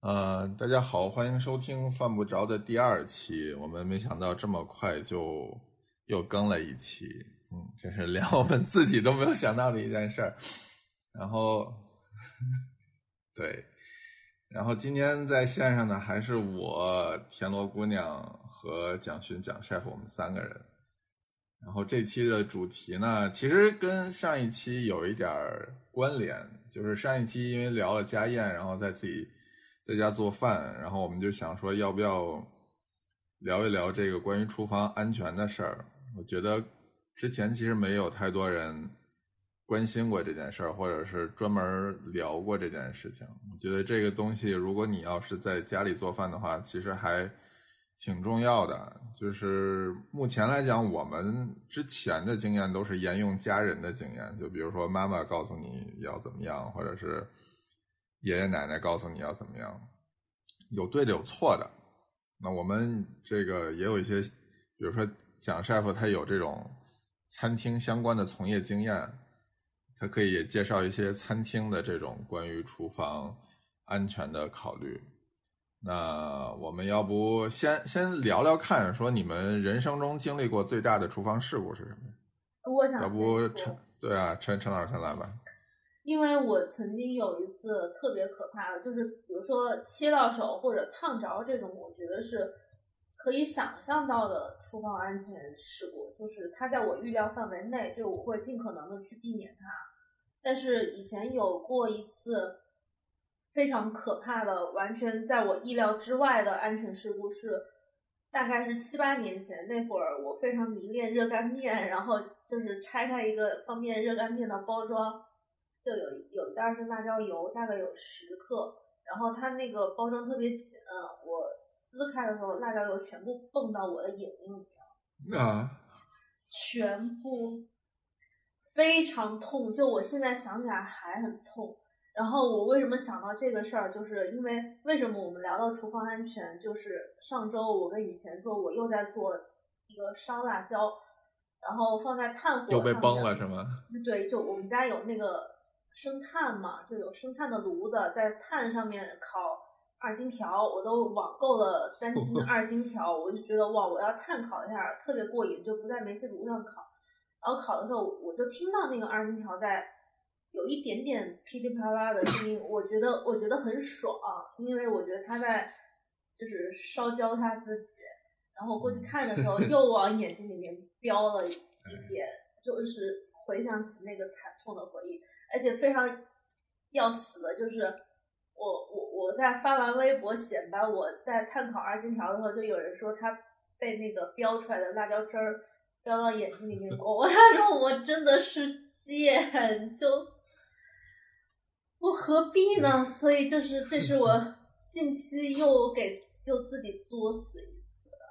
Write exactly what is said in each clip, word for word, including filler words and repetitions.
呃，大家好，欢迎收听犯不着的第二期。我们没想到这么快就又更了一期，嗯，这是连我们自己都没有想到的一件事儿。然后，对，然后今天在线上呢，还是我田螺姑娘和蒋勋、蒋 chef 我们三个人。然后这期的主题呢，其实跟上一期有一点关联，就是上一期因为聊了家宴，然后在自己在家做饭，然后我们就想说要不要聊一聊这个关于厨房安全的事儿。我觉得之前其实没有太多人关心过这件事儿，或者是专门聊过这件事情。我觉得这个东西如果你要是在家里做饭的话，其实还挺重要的。就是目前来讲，我们之前的经验都是沿用家人的经验，就比如说妈妈告诉你要怎么样，或者是爷爷奶奶告诉你要怎么样，有对的有错的。那我们这个也有一些，比如说蒋 chef 他有这种餐厅相关的从业经验，他可以也介绍一些餐厅的这种关于厨房安全的考虑。那我们要不先先聊聊看，说你们人生中经历过最大的厨房事故是什么？ 我想要不陈对啊，陈陈老师先来吧。 因为我曾经有一次特别可怕的，就是比如说切到手或者烫着这种，我觉得是可以想象到的厨房安全事故，就是它在我预料范围内，就我会尽可能的去避免它。但是以前有过一次非常可怕的，完全在我意料之外的安全事故是，大概是七八年前那会儿，我非常迷恋热干面，然后就是拆开一个方便热干面的包装，就有有一袋是辣椒油，大概有十克，然后它那个包装特别紧，我撕开的时候，辣椒油全部蹦到我的眼睛里面啊， 全部非常痛，就我现在想起来还很痛。然后我为什么想到这个事儿，就是因为为什么我们聊到厨房安全，就是上周我跟雨前说，我又在做一个烧辣椒，然后放在炭火上面， 又被崩了是吗？ 对，就我们家有那个生炭嘛，就有生炭的炉子，在炭上面烤二荆条，我都网购了三斤二荆条，我就觉得哇，我要炭烤一下，特别过瘾，就不在煤气炉上烤。然后烤的时候，我就听到那个二荆条在有一点点噼里啪啦的声音，我觉得我觉得很爽，因为我觉得他在就是烧焦他自己。然后过去看的时候，又往眼睛里面飙了一点，就是回想起那个惨痛的回忆，而且非常要死的就是我我我在发完微博显摆我在炭烤二荆条的时候，就有人说他被那个飙出来的辣椒汁儿飙到眼睛里面过，我他说我真的是贱，就我何必呢？所以就是这是我近期又给又自己作死一次了。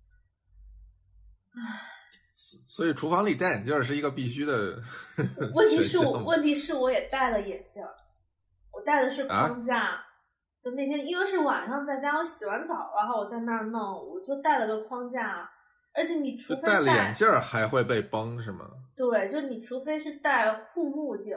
唉， 所以厨房里戴眼镜是一个必须的。 问题是我问题是我也戴了眼镜，我戴的是框架。啊，就那天因为是晚上在家，我洗完澡然后我在那儿弄，我就戴了个框架。而且你除非戴了眼镜还会被崩是吗？ 对，就你除非是戴护目镜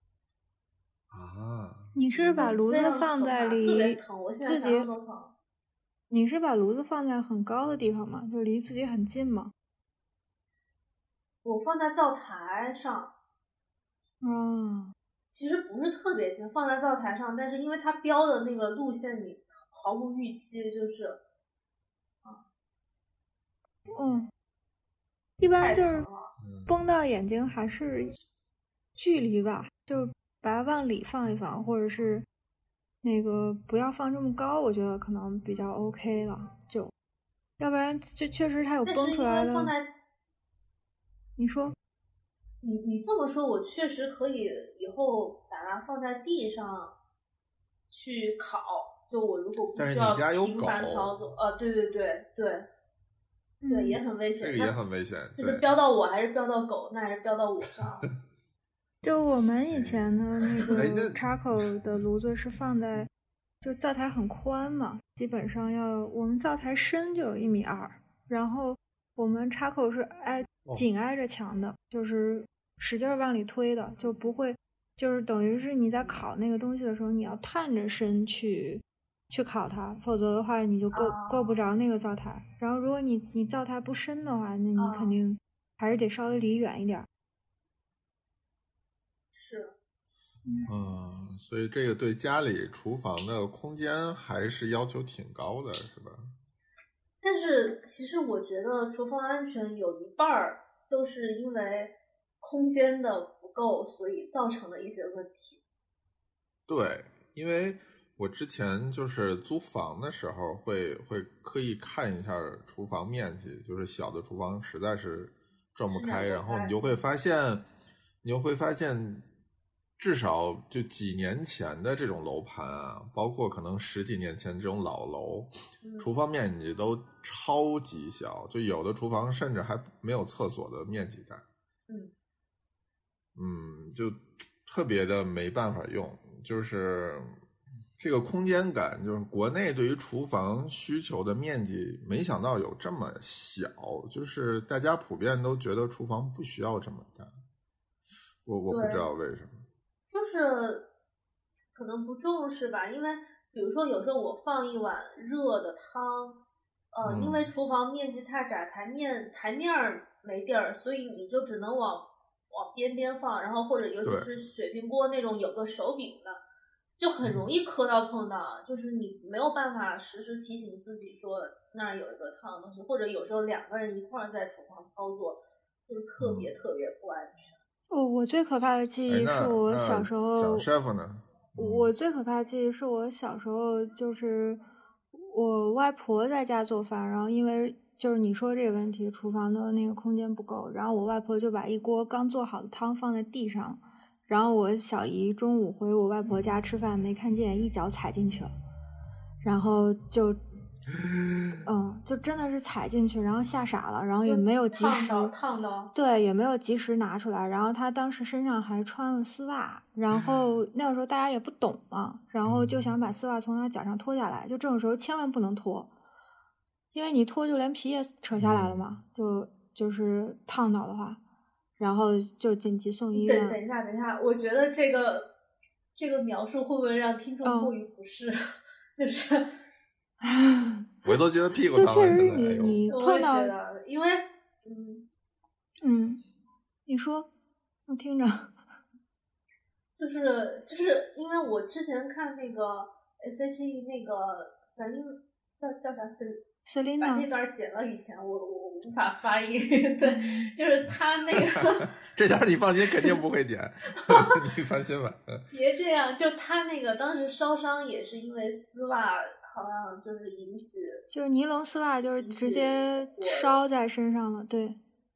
啊。 你是把炉子放在离自己，你是把炉子放在很高的地方吗？就离自己很近吗？ 我放在灶台上。 嗯， 其实不是特别近，放在灶台上，但是因为它标的那个路线你毫无预期，就是啊， 嗯，一般就是崩到眼睛还是距离吧，就把它往里放一放，或者是那个不要放这么高，我觉得可能比较 OK 了，就要不然就确实它有崩出来的。 放在你说你你这么说，我确实可以以后把它放在地上去烤，就我如果不需要频繁操作，啊，对对对对对，也很危险， 这个也很危险， 就是飙到我还是飙到狗，那还是飙到我上。 就我们以前的那个插口的炉子是放在，就灶台很宽嘛，基本上要我们灶台深就有一米二，然后我们插口是挨紧挨着墙的，就是使劲往里推的，就不会，就是等于是你在烤那个东西的时候，你要探着身去去烤它，否则的话你就够、 啊、 够不着那个灶台。然后如果你你灶台不深的话，那你肯定还是得稍微离远一点。 是， 嗯，所以这个对家里厨房的空间还是要求挺高的，是吧？ 但是其实我觉得厨房安全有一半儿都是因为空间的不够，所以造成的一些问题。 对，因为我之前就是租房的时候会会刻意看一下厨房面积，就是小的厨房实在是转不开，然后你就会发现，你就会发现，至少就几年前的这种楼盘啊，包括可能十几年前这种老楼， 嗯、 厨房面积都超级小，就有的厨房甚至还没有厕所的面积大。 嗯嗯，就特别的没办法用。就是这个空间感，就是国内对于厨房需求的面积，没想到有这么小，就是大家普遍都觉得厨房不需要这么大，我我不知道为什么， 就是可能不重视吧，因为比如说有时候我放一碗热的汤，呃， 嗯、 因为厨房面积太窄，台面台面没地儿，所以你就只能往往边边放，然后或者尤其是水平锅那种有个手柄的，就很容易磕到碰到，就是你没有办法时时提醒自己说那儿有一个烫的东西，或者有时候两个人一块儿在厨房操作，就是特别特别不安全。 哦，我最可怕的记忆是我小时候。 蒋师傅呢？ 嗯、我最可怕的记忆是我小时候，就是我外婆在家做饭，然后因为就是你说这个问题，厨房的那个空间不够，然后我外婆就把一锅刚做好的汤放在地上，然后我小姨中午回我外婆家吃饭没看见，一脚踩进去了，然后就。嗯，就真的是踩进去，然后吓傻了，然后也没有及时烫到烫到， 对，也没有及时拿出来。然后他当时身上还穿了丝袜，然后那个时候大家也不懂嘛，然后就想把丝袜从他脚上脱下来，就这种时候千万不能脱，因为你脱就连皮也扯下来了嘛，就就是烫到的话，然后就紧急送医院。 等等一下，等一下，我觉得这个这个描述会不会让听众过于不适？嗯、就是。 我都觉得屁股烫了。就确实你你碰到， 因为嗯嗯，你说，我听着。 就是就是因为我之前看那个 S H E 那个 Selina 叫叫啥 Selina， 把这段剪了，以前我我无法发音，对，就是他那个这段你放心，肯定不会剪，你放心吧。 别这样，就他那个当时烧伤也是因为丝袜。好像就是引起， 就是尼龙丝袜，就是直接烧在身上了，对。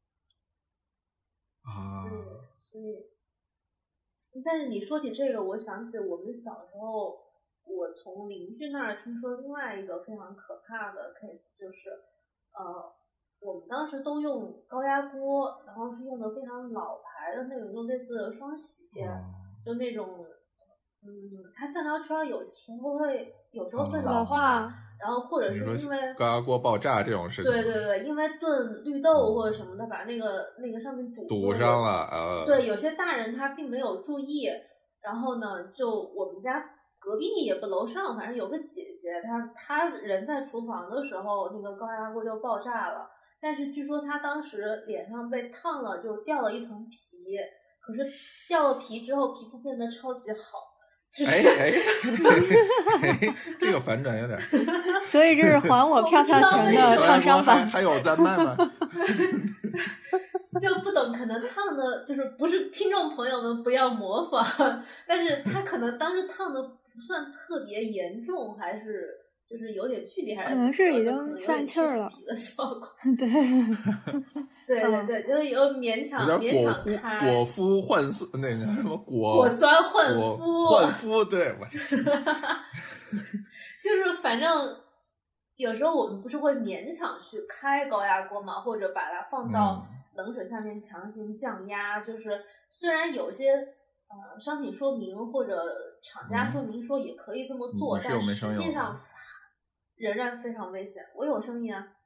啊。 所以，但是你说起这个，我想起我们小时候，我从邻居那儿听说另外一个非常可怕的 case， 就是，呃，我们当时都用高压锅，然后是用的非常老牌的那种，就类似双喜， 哦、 就那种。嗯，它橡胶圈有时候会有时候会老化，然后或者是因为高压锅爆炸这种事情。 对对对，因为炖绿豆或者什么的，把那个那个上面堵堵上了。呃， 对，有些大人他并没有注意，然后呢，就我们家隔壁也不楼上，反正有个姐姐，她她人在厨房的时候，那个高压锅就爆炸了。但是据说她当时脸上被烫了，就掉了一层皮，可是掉了皮之后，皮肤变得超级好。 哎哎哎，这个反转有点。 所以这是还我票票钱的烫伤版。 还有在卖吗？ 就不懂，可能烫的，就是不是听众朋友们不要模仿，但是他可能当时烫的不算特别严重，还是就是有点距离，还是可能是已经散气儿了的效果。 对。 对对对，就是有勉强勉强开。 果肤换素那个什么果果酸换肤换肤，对我就是反正有时候我们不是会勉强去开高压锅嘛，或者把它放到冷水下面强行降压。嗯、就是虽然有些呃商品说明或者厂家说明说也可以这么做， 嗯、 但实际上仍然非常危险。我有声音啊。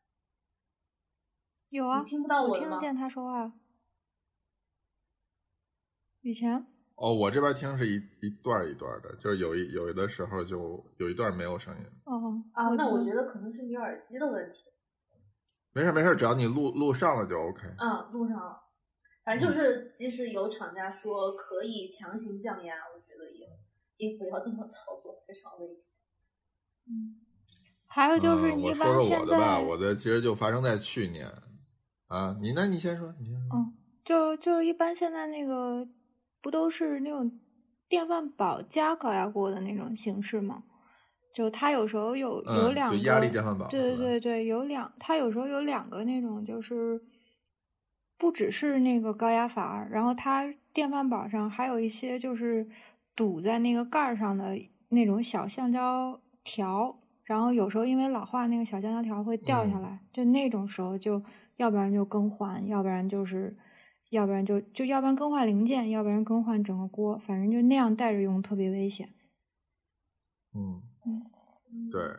有啊， 你听不到我我听得见他说话。雨前， 哦，我这边听是一一段一段的，就是有一有的时候就有一段没有声音。 哦啊，那我觉得可能是你耳机的问题。 没事没事，只要你录录上了就 OK。 嗯，录上了。反正就是，即使有厂家说可以强行降压，我觉得也也不要这么操作，非常危险。 嗯，还有就是你一般、嗯、我说说我的吧，我的其实就发生在去年。啊，你呢？你先说，你先说。 嗯，就就是一般现在那个不都是那种电饭煲加高压锅的那种形式吗？就它有时候有有两个、 嗯、压力电饭煲， 对对对对，有两，它有时候有两个那种，就是不只是那个高压阀，然后它电饭煲上还有一些就是堵在那个盖上的那种小橡胶条，然后有时候因为老化，那个小橡胶条会掉下来， 嗯、 就那种时候就要不然就更换，要不然就是要不然就就要不然更换零件，要不然更换整个锅，反正就那样带着用特别危险。 嗯嗯， 对。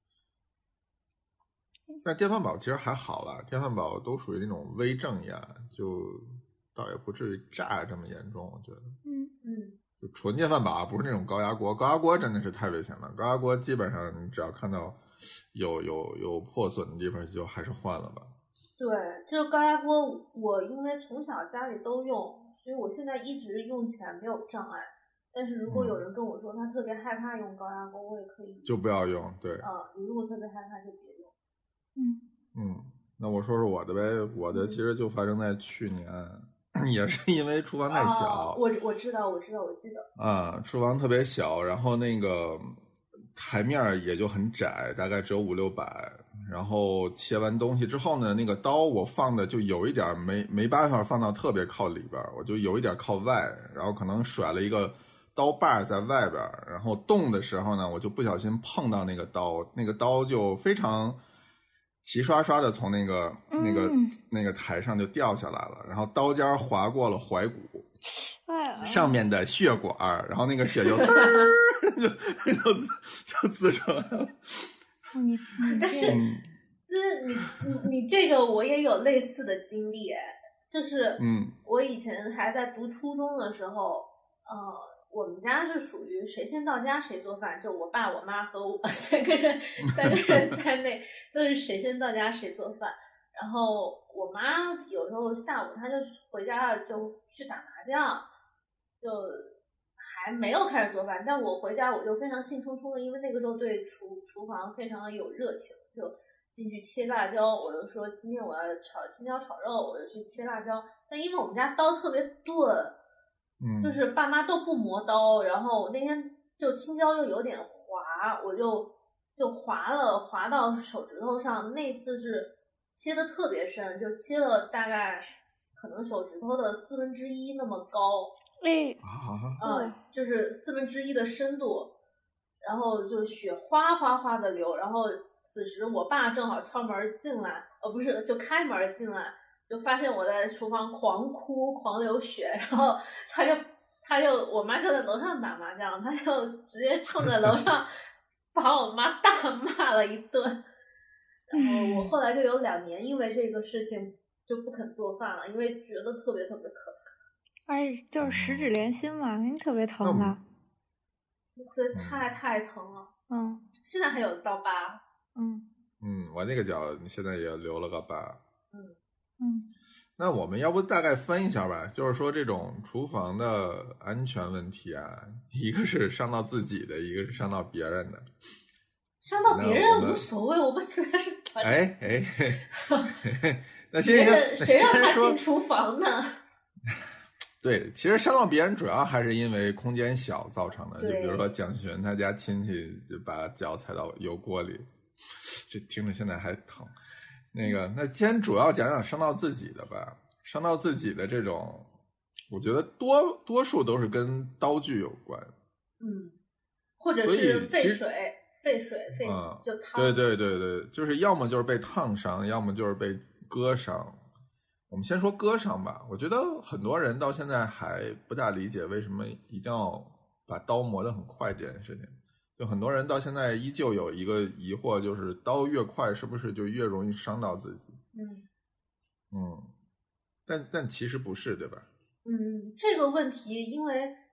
但电饭煲其实还好啦，电饭煲都属于那种微正压，就倒也不至于炸这么严重，我觉得。 嗯嗯。 就纯电饭煲，不是那种高压锅，高压锅真的是太危险了。高压锅基本上你只要看到有有有破损的地方，就还是换了吧。 对，这个高压锅我因为从小家里都用，所以我现在一直用起来没有障碍。但是如果有人跟我说他特别害怕用高压锅，我也可以就不要用。对， 嗯，你如果特别害怕就别用。 嗯嗯，那我说说我的呗，我的其实就发生在去年，嗯、也是因为厨房太小。 哦、我我知道，我知道，我记得。 啊，厨房特别小，然后那个台面也就很窄，大概只有五六百。然后切完东西之后呢，那个刀我放的就有一点没没办法放到特别靠里边，我就有一点靠外，然后可能甩了一个刀把在外边，然后动的时候呢，我就不小心碰到那个刀，那个刀就非常齐刷刷的从那个、 嗯、 那个那个台上就掉下来了，然后刀尖划过了踝骨， 哎、 上面的血管，然后那个血就滋儿就就就滋出来了。 你但是，那你你你这个我也有类似的经历哎，就是嗯， 我以前还在读初中的时候，呃，我们家是属于谁先到家谁做饭，就我爸我妈和我三个人三个人在内都是谁先到家谁做饭。然后我妈有时候下午她就回家了，就去打麻将，就还没有开始做饭，但我回家我就非常兴冲冲的，因为那个时候对厨厨房非常的有热情，就进去切辣椒，我就说今天我要炒青椒炒肉，我就去切辣椒。但因为我们家刀特别钝， 嗯， 就是爸妈都不磨刀，然后那天就青椒又有点滑，我就就划了划到手指头上，那次是切的特别深，就切了大概可能手指头的四分之一那么高。 哎， 嗯，就是四分之一的深度，然后就血哗哗哗的流，然后此时我爸正好敲门进来，呃，不是，就开门进来，就发现我在厨房狂哭狂流血，然后他就他就我妈就在楼上打麻将，他就直接冲着楼上把我妈大骂了一顿，然后我后来就有两年因为这个事情就不肯做饭了，因为觉得特别特别可怕。 而且就是十指连心嘛，肯定特别疼了。 对，太太疼了。 嗯， 现在还有刀疤。 嗯嗯，我那个脚现在也留了个疤。 嗯嗯， 那我们要不大概分一下吧？就是说这种厨房的安全问题啊，一个是伤到自己的，一个是伤到别人的。 伤到别人无所谓，我们主要是哎哎，那行行， 谁让他进厨房呢？ 对，其实伤到别人主要还是因为空间小造成的，就比如说蒋勋他家亲戚就把脚踩到油锅里，这听着现在还疼。那个，那今天主要讲讲伤到自己的吧。伤到自己的这种，我觉得多多数都是跟刀具有关。 嗯，或者是沸水、沸水、沸、 嗯、 就烫。 对对对对，就是要么就是被烫伤，要么就是被割伤。我们先说割伤吧，我觉得很多人到现在还不大理解为什么一定要把刀磨得很快这件事情。就很多人到现在依旧有一个疑惑，就是刀越快是不是就越容易伤到自己？ 嗯嗯，但但其实不是，对吧？ 嗯，这个问题因为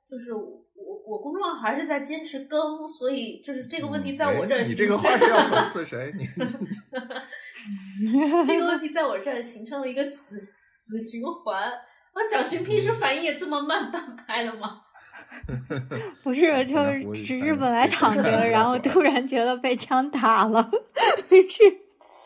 就是我我公众号还是在坚持更，所以就是这个问题在我这儿、 嗯哎、你这个话是要讽刺谁？你这个问题在我这儿形成了一个死死循环。我蒋勋平时反应也这么慢半拍的吗？ 不是，就是只是本来躺着，然后突然觉得被枪打了，是。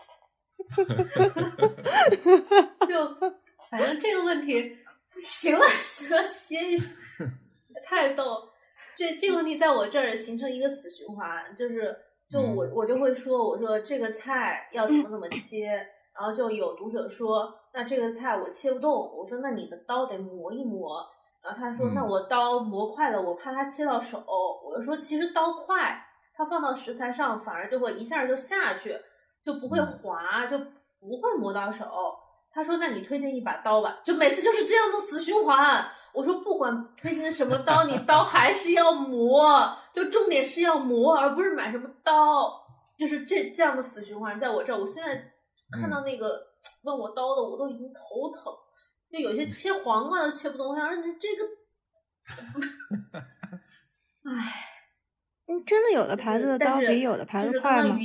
就反正这个问题，行了行了，歇一下，太逗。这这个问题在我这儿形成一个死循环，就是就我我就会说，我说这个菜要怎么怎么切，然后就有读者说，那这个菜我切不动，我说那你的刀得磨一磨，然后他说、嗯、那我刀磨快了，我怕它切到手，我就说其实刀快，它放到食材上反而就会一下就下去，就不会滑，就不会磨到手。他说那你推荐一把刀吧，就每次就是这样的死循环。我说不管推荐什么刀，你刀还是要磨，就重点是要磨，而不是买什么刀，就是这这样的死循环在我这儿。我现在看到那个问我刀的，我都已经头疼，就有些切黄瓜都切不动，我想说你这个，唉， 嗯，真的有的牌子的刀比有的牌子快吗？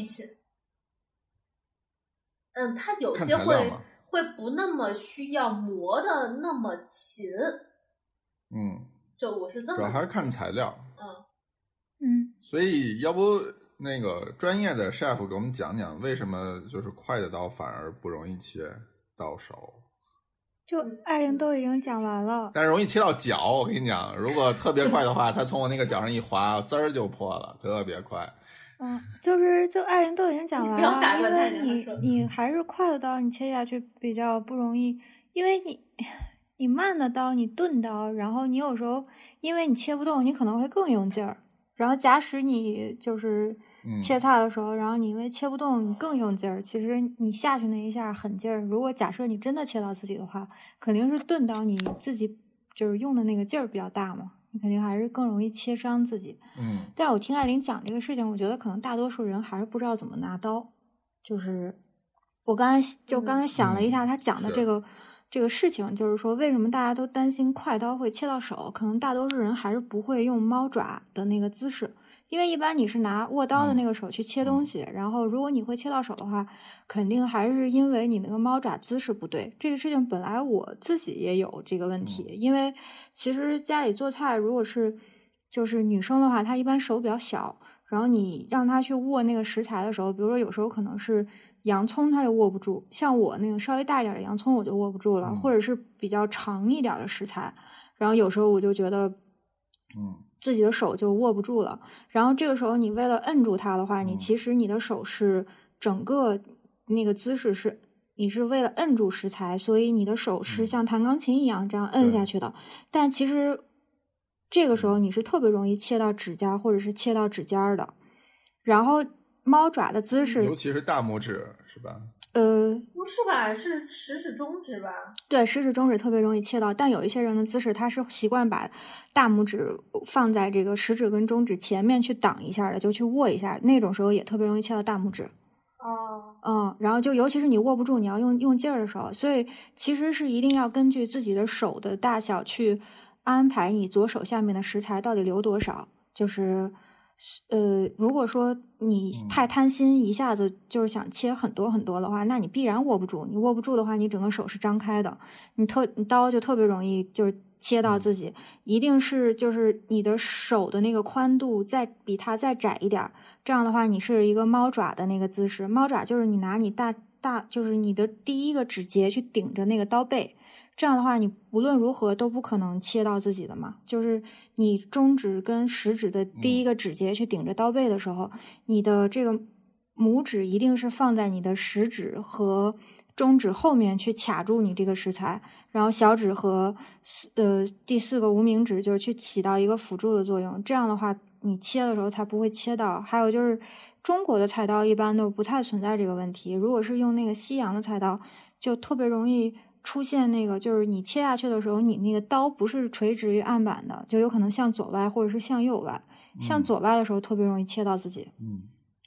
嗯，它有些会会不那么需要磨的那么勤。 嗯， 就我是这么， 主要还是看材料。 嗯嗯， 所以要不那个专业的 chef 给我们讲讲，为什么就是快的刀反而不容易切到手？ 就艾琳都已经讲完了， 但是容易切到脚。我跟你讲，如果特别快的话，它从我那个脚上一划，滋儿就破了，特别快。 嗯，就是就艾琳都已经讲完了，因为你你还是快的刀，你切下去比较不容易，因为你你慢的刀，你钝刀，然后你有时候因为你切不动，你可能会更用劲儿。然后假使你就是切菜的时候，嗯、然后你因为切不动，你更用劲儿。其实你下去那一下狠劲儿，如果假设你真的切到自己的话，肯定是钝刀你自己就是用的那个劲儿比较大嘛。你肯定还是更容易切伤自己。 嗯， 但我听艾琳讲这个事情，我觉得可能大多数人还是不知道怎么拿刀。就是我刚才就刚才想了一下，他讲的这个、嗯、这个事情，就是说为什么大家都担心快刀会切到手？可能大多数人还是不会用猫爪的那个姿势。因为一般你是拿握刀的那个手去切东西，嗯、然后如果你会切到手的话，肯定还是因为你那个猫爪姿势不对。这个事情本来我自己也有这个问题，嗯、因为其实家里做菜，如果是就是女生的话，她一般手比较小，然后你让她去握那个食材的时候，比如说有时候可能是洋葱，她就握不住，像我那个稍微大一点的洋葱我就握不住了，嗯、或者是比较长一点的食材，然后有时候我就觉得， 嗯。 自己的手就握不住了，然后这个时候你为了摁住它的话，你其实你的手是整个那个姿势是你是为了摁住食材，所以你的手是像弹钢琴一样这样摁下去的。但其实这个时候你是特别容易切到指甲或者是切到指尖的。然后猫爪的姿势， 尤其是大拇指，是吧？ 呃， 不是吧？是食指、中指吧？ 对，食指、中指特别容易切到，但有一些人的姿势，他是习惯把大拇指放在这个食指跟中指前面去挡一下的，就去握一下，那种时候也特别容易切到大拇指。 哦， 嗯，然后就尤其是你握不住，你要用用劲儿的时候，所以其实是一定要根据自己的手的大小去安排你左手下面的食材到底留多少，就是。呃，如果说你太贪心，一下子就是想切很多很多的话，那你必然握不住。你握不住的话，你整个手是张开的，你特你刀就特别容易就是切到自己。一定是就是你的手的那个宽度再比它再窄一点，这样的话你是一个猫爪的那个姿势。猫爪就是你拿你大大就是你的第一个指节去顶着那个刀背。这样的话，你无论如何都不可能切到自己的嘛。就是你中指跟食指的第一个指节去顶着刀背的时候，嗯、你的这个拇指一定是放在你的食指和中指后面去卡住你这个食材，然后小指和呃第四个无名指就是去起到一个辅助的作用。这样的话，你切的时候才不会切到。还有就是中国的菜刀一般都不太存在这个问题，如果是用那个西洋的菜刀，就特别容易。出现那个就是你切下去的时候，你那个刀不是垂直于案板的，就有可能向左歪或者是向右歪。嗯、向左歪的时候特别容易切到自己。 嗯，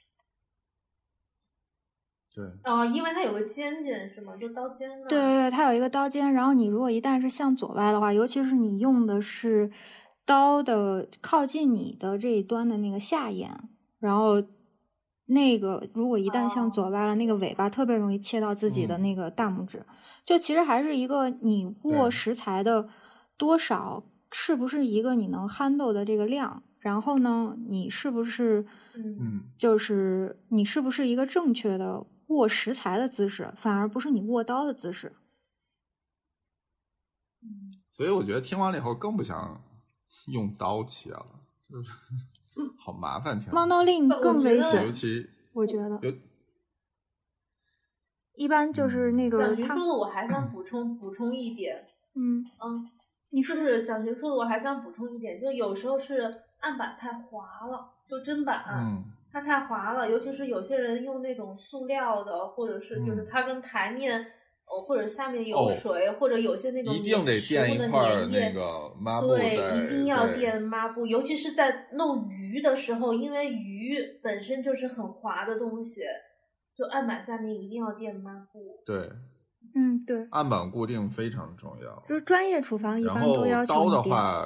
对。 哦，因为它有个尖尖是吗？就刀尖呢。 对对对，它有一个刀尖。然后你如果一旦是向左歪的话，尤其是你用的是刀的靠近你的这一端的那个下沿，然后那个如果一旦向左歪了，那个尾巴特别容易切到自己的那个大拇指。就其实还是一个你握食材的多少，是不是一个你能 handle 的这个量，然后呢，你是不是嗯， 就是你是不是一个正确的握食材的姿势，反而不是你握刀的姿势。 所以我觉得听完了以后更不想用刀切了，就是好麻烦。听猫刀令更危险， 尤其我觉得有一般就是那个蒋寻说的，我还想补充补充一点， 嗯嗯， 你说就是蒋寻说的，我还想补充一点，就有时候是案板太滑了，就砧板， 嗯， 它太滑了，尤其是有些人用那种塑料的，或者是就是它跟台面。嗯哦，或者下面有水， 哦、 或者有些那种一定得垫一块那个抹布， 对，一定要垫抹布，尤其是在弄鱼的时候，因为鱼本身就是很滑的东西，就案板下面一定要垫抹布。 对， 嗯，对， 案板固定非常重要。 就是专业厨房一般都要求刀的话，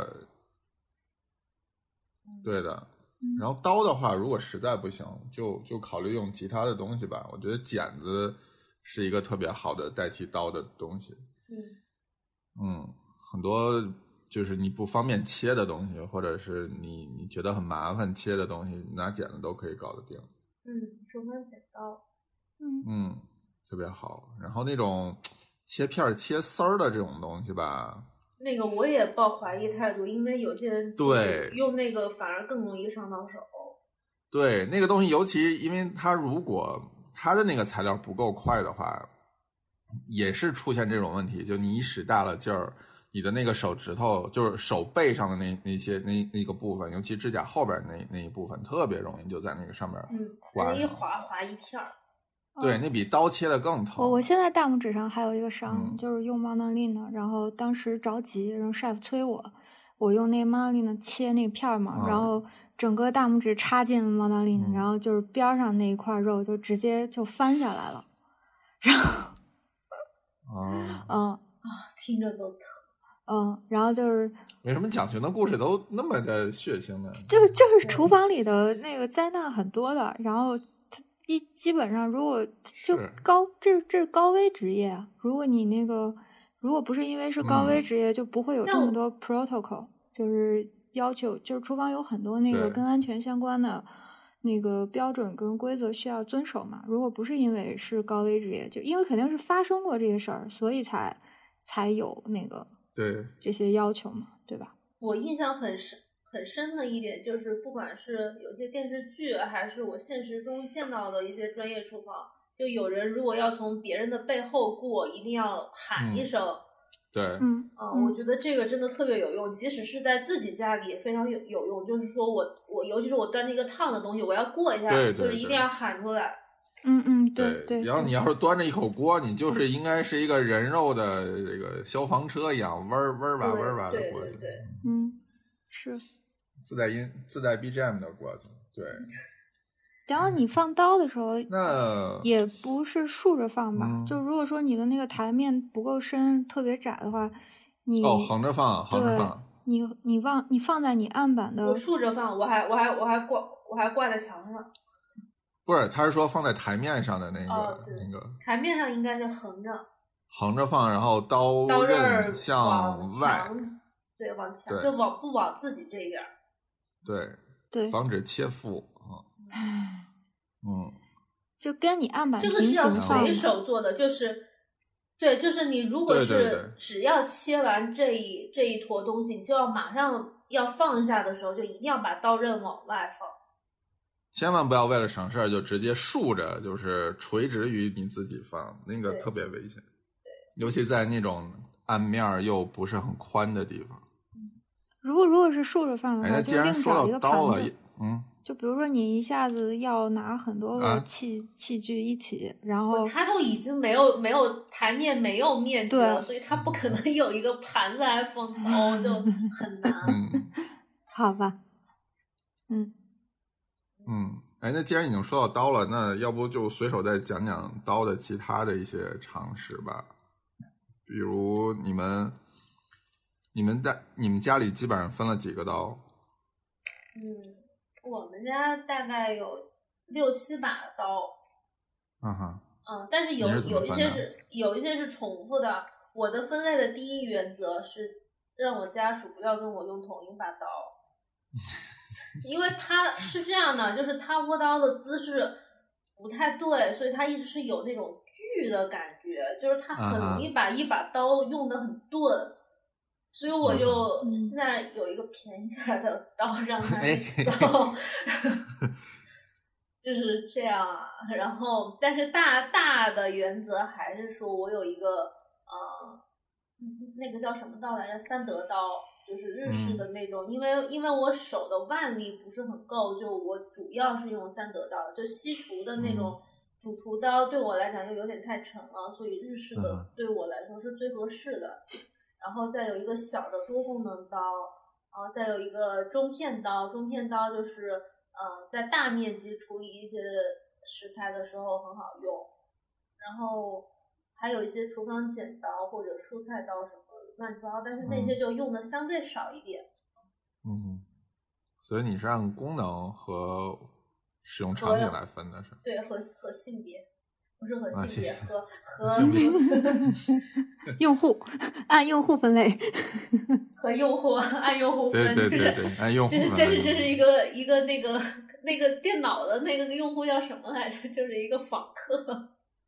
对的。 嗯、 然后刀的话，如果实在不行，就就考虑用其他的东西吧。我觉得剪子是一个特别好的代替刀的东西。 嗯嗯，很多就是你不方便切的东西，或者是你你觉得很麻烦切的东西，拿剪子都可以搞得定。 嗯，手工剪刀。 嗯嗯，特别好。然后那种切片切丝儿的这种东西吧， 那个我也抱怀疑态度，因为有些人对用那个反而更容易伤到手。 对，那个东西尤其因为它如果它的那个材料不够快的话，也是出现这种问题。就你一使大了劲儿，你的那个手指头，就是手背上的那那些那那个部分，尤其指甲后边那那一部分，特别容易就在那个上面划上。嗯，一划划一片儿。 对，那比刀切的更疼。 我我现在大拇指上还有一个伤， 嗯、 就是用猫囊令的，然后当时着急，然后 chef 催我，我用那个猫囊令的切那个片儿嘛， 嗯、 然后整个大拇指插进猫囊令， 嗯、 然后就是边上那一块肉就直接就翻下来了，然后， 嗯嗯啊，听着都疼。 嗯，然后就是为什么蒋寻的故事都那么的血腥呢？ 就就是厨房里的那个灾难很多的，然后基基本上如果就高这这是高危职业啊，如果你那个如果不是因为是高危职业， 嗯、 就不会有这么多 protocol，就是要求，就是厨房有很多那个跟安全相关的那个标准跟规则需要遵守嘛。如果不是因为是高危职业，就因为肯定是发生过这些事儿，所以才才有那个。 对这些要求嘛，对吧？ 我印象很深很深的一点就是，不管是有些电视剧，还是我现实中见到的一些专业厨房，就有人如果要从别人的背后过，一定要喊一声。 嗯、对， 嗯嗯，我觉得这个真的特别有用，即使是在自己家里也非常有有用。就是说我我尤其是我端那个烫的东西，我要过一下， 对对对， 就是一定要喊出来。 嗯嗯， 对对。 然后你要是端着一口锅，你就是应该是一个人肉的这个消防车一样，嗡嗡吧嗡吧的过去。 对对对， 嗯，是自带音自带 B G M 的过去。对。 然后你放刀的时候， 那也不是竖着放吧？ 嗯、 就如果说你的那个台面不够深，特别窄的话，你哦横着放，横着放。 你你放你放在你案板的， 我竖着放，我还我还我还挂我还挂在墙上。 不是，他是说放在台面上的那个、 哦、 那个。 台面上应该是横着。 横着放，然后刀刀刃向外。 对，往墙，就往不往自己这边。 对对， 防止切腹啊。嗯。 就跟你案板这个是要随手做的，就是对，就是你如果是只要切完这一这一坨东西，你就要马上要放下的时候，就一定要把刀刃往外放。 千万不要为了省事儿就直接竖着，就是垂直于你自己放，那个特别危险，尤其在那种案面又不是很宽的地方。 如果如果是竖着放的话， 哎， 就另找一个盘子。 嗯， 就比如说你一下子要拿很多个器、啊、器具一起，然后他都已经没有没有台面没有面积了，所以他不可能有一个盘子来放刀，就很难。 嗯， 好吧，嗯。 嗯，哎，那既然已经说到刀了，那要不就随手再讲讲刀的其他的一些常识吧。比如你们你们在你们家里基本上分了几个刀？ 嗯，我们家大概有六七把刀。 嗯哼。 嗯，但是有是有一些是有一些是重复的。我的分类的第一原则是让我家属不要跟我用同一把刀，因为他是这样的，就是他握刀的姿势不太对，所以他一直是有那种锯的感觉，就是他很容易把一把刀用得很钝，所以我就现在有一个便宜点的刀让他刀。就是这样啊，然后但是大大的原则还是说我有一个呃，那个叫什么刀来着？三德刀，就是日式的那种。嗯、因为因为我手的腕力不是很够，就我主要是用三德刀，就西厨的那种主厨刀对我来讲又有点太沉了，所以日式的对我来说是最合适的。然后再有一个小的多功能刀，然后再有一个中片刀，中片刀就是。嗯，在大面积处理一些食材的时候很好用，然后还有一些厨房剪刀或者蔬菜刀什么乱七八糟，但是那些就用的相对少一点。 嗯，所以你是按功能和使用场景来分的是？ 对，和和性别，不是和性别， 啊、 和和用户按用户分类。 和用户按用户分， 对对对对，按用户分。 这是这是一个一个那个那个电脑的那个用户叫什么来着？就是一个访客。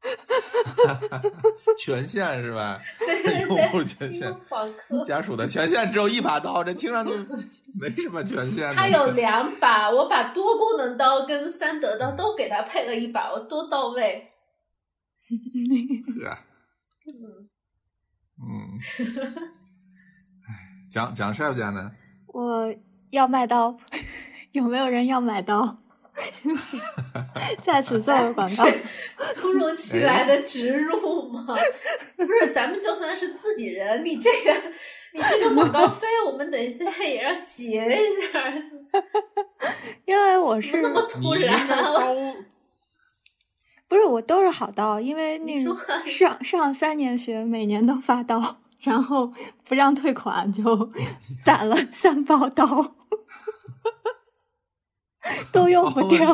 权限是吧？ 对对对， 用户权限。 访客。 家属的权限只有一把刀，这听上去没什么权限。 他有两把，我把多功能刀跟三德刀都给他配了一把，我多到位。 是啊。 嗯。 嗯。讲讲 chef 家呢？ 我要卖刀，有没有人要买刀？在此做个广告。 突如其来的植入吗？不是，咱们就算是自己人，你这个你这个广告费，我们等一下也要结一下。 因为我是那么突然了。 不是，我都是好刀，因为那个上上三年学，每年都发刀。然后不让退款，就攒了三包刀，都用不掉。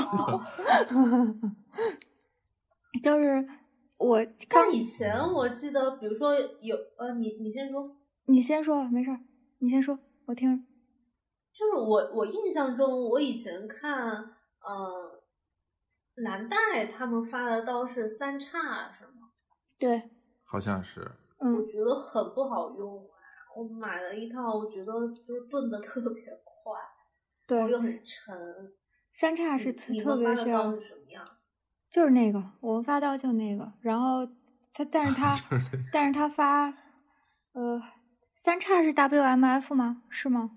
就是我看以前我记得，比如说有呃，你你先说， 你先说，没事，你先说，我听。 就是我我印象中，我以前看呃蓝带他们发的刀是三叉，是吗？ 对， 好像是。 嗯， 我觉得很不好用啊！我买了一套，我觉得就炖的特别快， 对， 又很沉。 三叉是特别需要， 是什么样？ 就是那个，我们发刀就那个，然后他，但是他，但是他发，呃，三叉是 W M F 吗？是吗？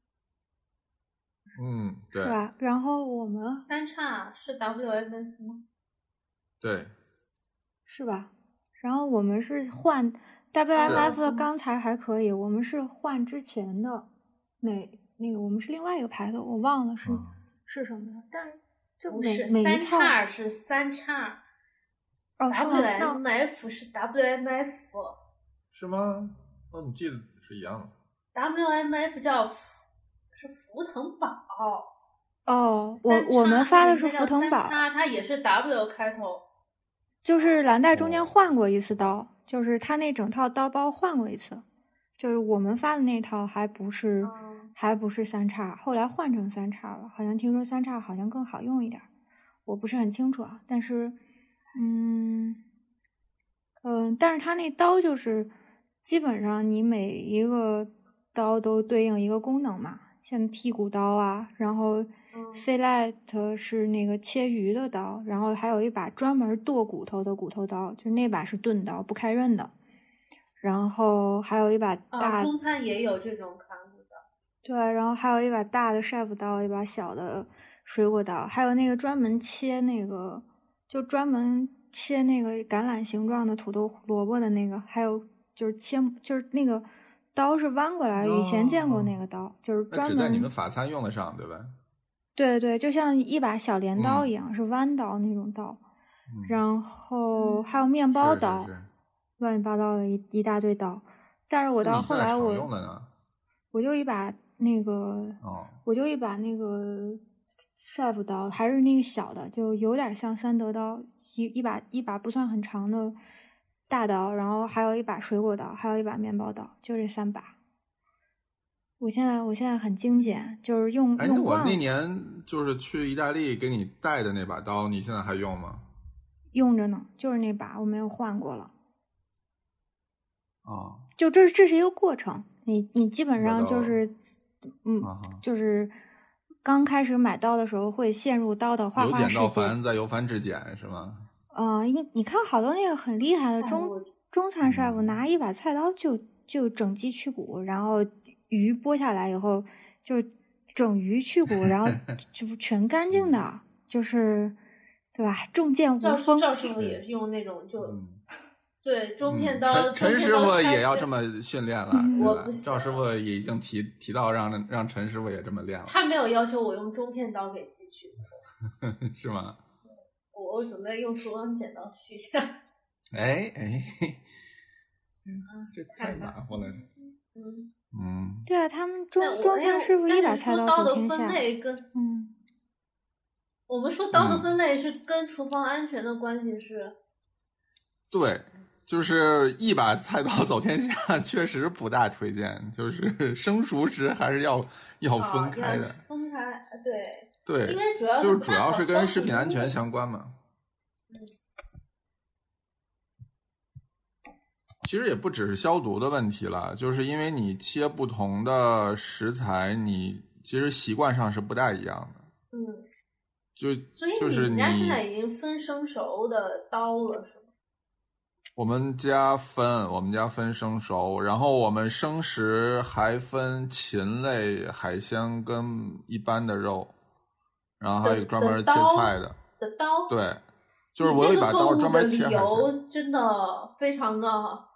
嗯，对， 是吧？然后我们三叉是 W M F 吗？ 对， 是吧？然后我们是换 W M F 的钢材还可以，我们是换之前的那那个，我们是另外一个牌子，我忘了是、嗯、是什么了。但是就每每一套三叉是三叉， 哦 ，W M F 是 W M F， 是吗？哦，你记得是一样的。 W M F 叫是福腾宝。 哦，我我们发的是福腾宝， 它也是 W 开头。 就是蓝带中间换过一次刀，就是他那整套刀包换过一次，就是我们发的那套还不是、嗯、还不是三叉，后来换成三叉了，好像听说三叉好像更好用一点，我不是很清楚啊，但是嗯嗯，但是他那刀就是基本上你每一个刀都对应一个功能嘛，像剔骨刀啊，然后Fillet 是那个切鱼的刀，然后还有一把专门剁骨头的骨头刀，就那把是钝刀，不开刃的。然后还有一把大、 哦、中餐也有这种砍骨刀。 对，然后还有一把大的 chef 刀，一把小的水果刀，还有那个专门切那个，就专门切那个橄榄形状的土豆萝卜的那个，还有就是切就是那个刀是弯过来，以前见过那个刀，哦、就是专门。 只在你们法餐用得上，对吧？ 对对，就像一把小镰刀一样，嗯、是弯刀那种刀，嗯、然后还有面包刀， 是是是乱七八糟的一一大堆刀。但是我到后来我， 用的呢我就一把那个， 哦， 我就一把那个 chef 刀，还是那个小的，就有点像三德刀，一一把一把不算很长的大刀，然后还有一把水果刀，还有一把面包刀，就这三把。我现在我现在很精简，就是用哎， 用惯了。 那我那年就是去意大利给你带的那把刀，你现在还用吗？ 用着呢，就是那把，我没有换过了。 啊， 就这这是一个过程，你你基本上就是，嗯， 啊、 就是刚开始买刀的时候会陷入刀的花花世界。 由简到繁，再由繁至简，是吗？ 嗯、呃，你你看好多那个很厉害的中中餐师傅拿一把菜刀就就整鸡去骨，然后鱼剥下来以后就整鱼去骨，然后就全干净的，就是对吧？重剑无锋。 赵师傅也是用那种就。 嗯对，中片刀， 嗯、陈陈师傅也要这么训练了， 嗯、 我不行。 赵师傅也已经提提到让让陈师傅也这么练了。 他没有要求我用中片刀给鸡去， 是吗？ 我我准备用厨房剪刀续一下。 哎哎，这太麻烦了。 嗯嗯， 对啊，他们中中餐师傅一把菜刀走天下。 嗯，我们说刀的分类是跟厨房安全的关系是。 对，就是一把菜刀走天下，确实不大推荐。就是生熟食还是要要分开的， 哦、分开，对对， 因为主要就是主要是跟食品安全相关嘛。 嗯， 其实也不只是消毒的问题了，就是因为你切不同的食材，你其实习惯上是不大一样的。 嗯， 就所以就是你们家现在已经分生熟的刀了，是吗？ 我们家分，我们家分生熟，然后我们生食还分禽类、海鲜跟一般的肉，然后还有专门切菜的。 的刀。 对，就是我有一把刀专门切海鲜。 这个购物的理由真的非常的。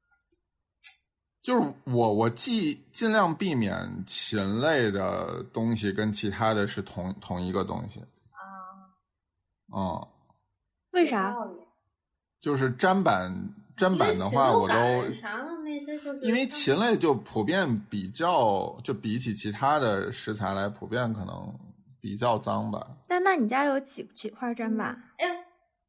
就是我我既尽量避免禽类的东西跟其他的是同同一个东西。 啊。 嗯。 为啥？ 就是砧板，砧板的话我都啥的那些就是因为禽类就普遍比较，就比起其他的食材来，普遍可能比较脏吧。 那那你家有几几块砧板？ 哎，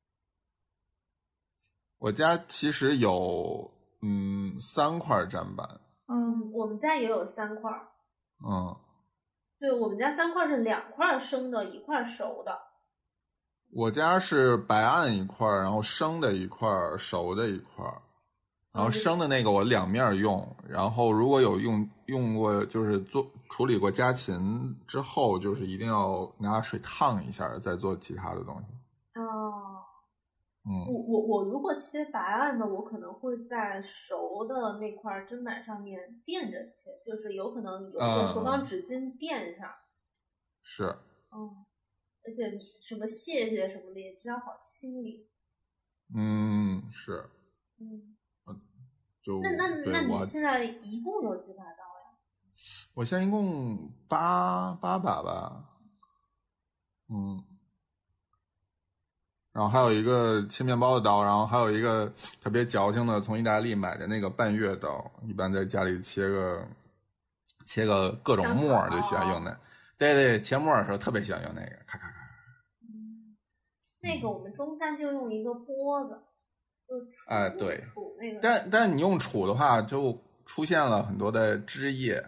我家其实有嗯三块砧板。 嗯， 我们家也有三块。 嗯， 对，我们家三块是两块生的，一块熟的。 我家是白案一块，然后生的一块，熟的一块，然后生的那个我两面用，然后如果有用用过就是做处理过家禽之后，就是一定要拿水烫一下再做其他的东西。 哦， 嗯， 我我我如果切白案的，我可能会在熟的那块砧板上面垫着切，就是有可能有一个厨房纸巾垫上。 嗯、是。 嗯。而且什么屑屑什么的也比较好清理。 嗯，是。 嗯， 就那那那你现在一共有几把刀呀？ 我现在一共八八把吧。嗯。然后还有一个切面包的刀，然后还有一个特别矫情的从意大利买的那个半月刀，一般在家里切个切个各种沫就喜欢用那。对对，切沫的时候特别喜欢用那个，咔咔咔。 嗯，那个我们中餐就用一个钵子，就杵。 哎，对。 杵那个。 但但你用杵的话，就出现了很多的汁液。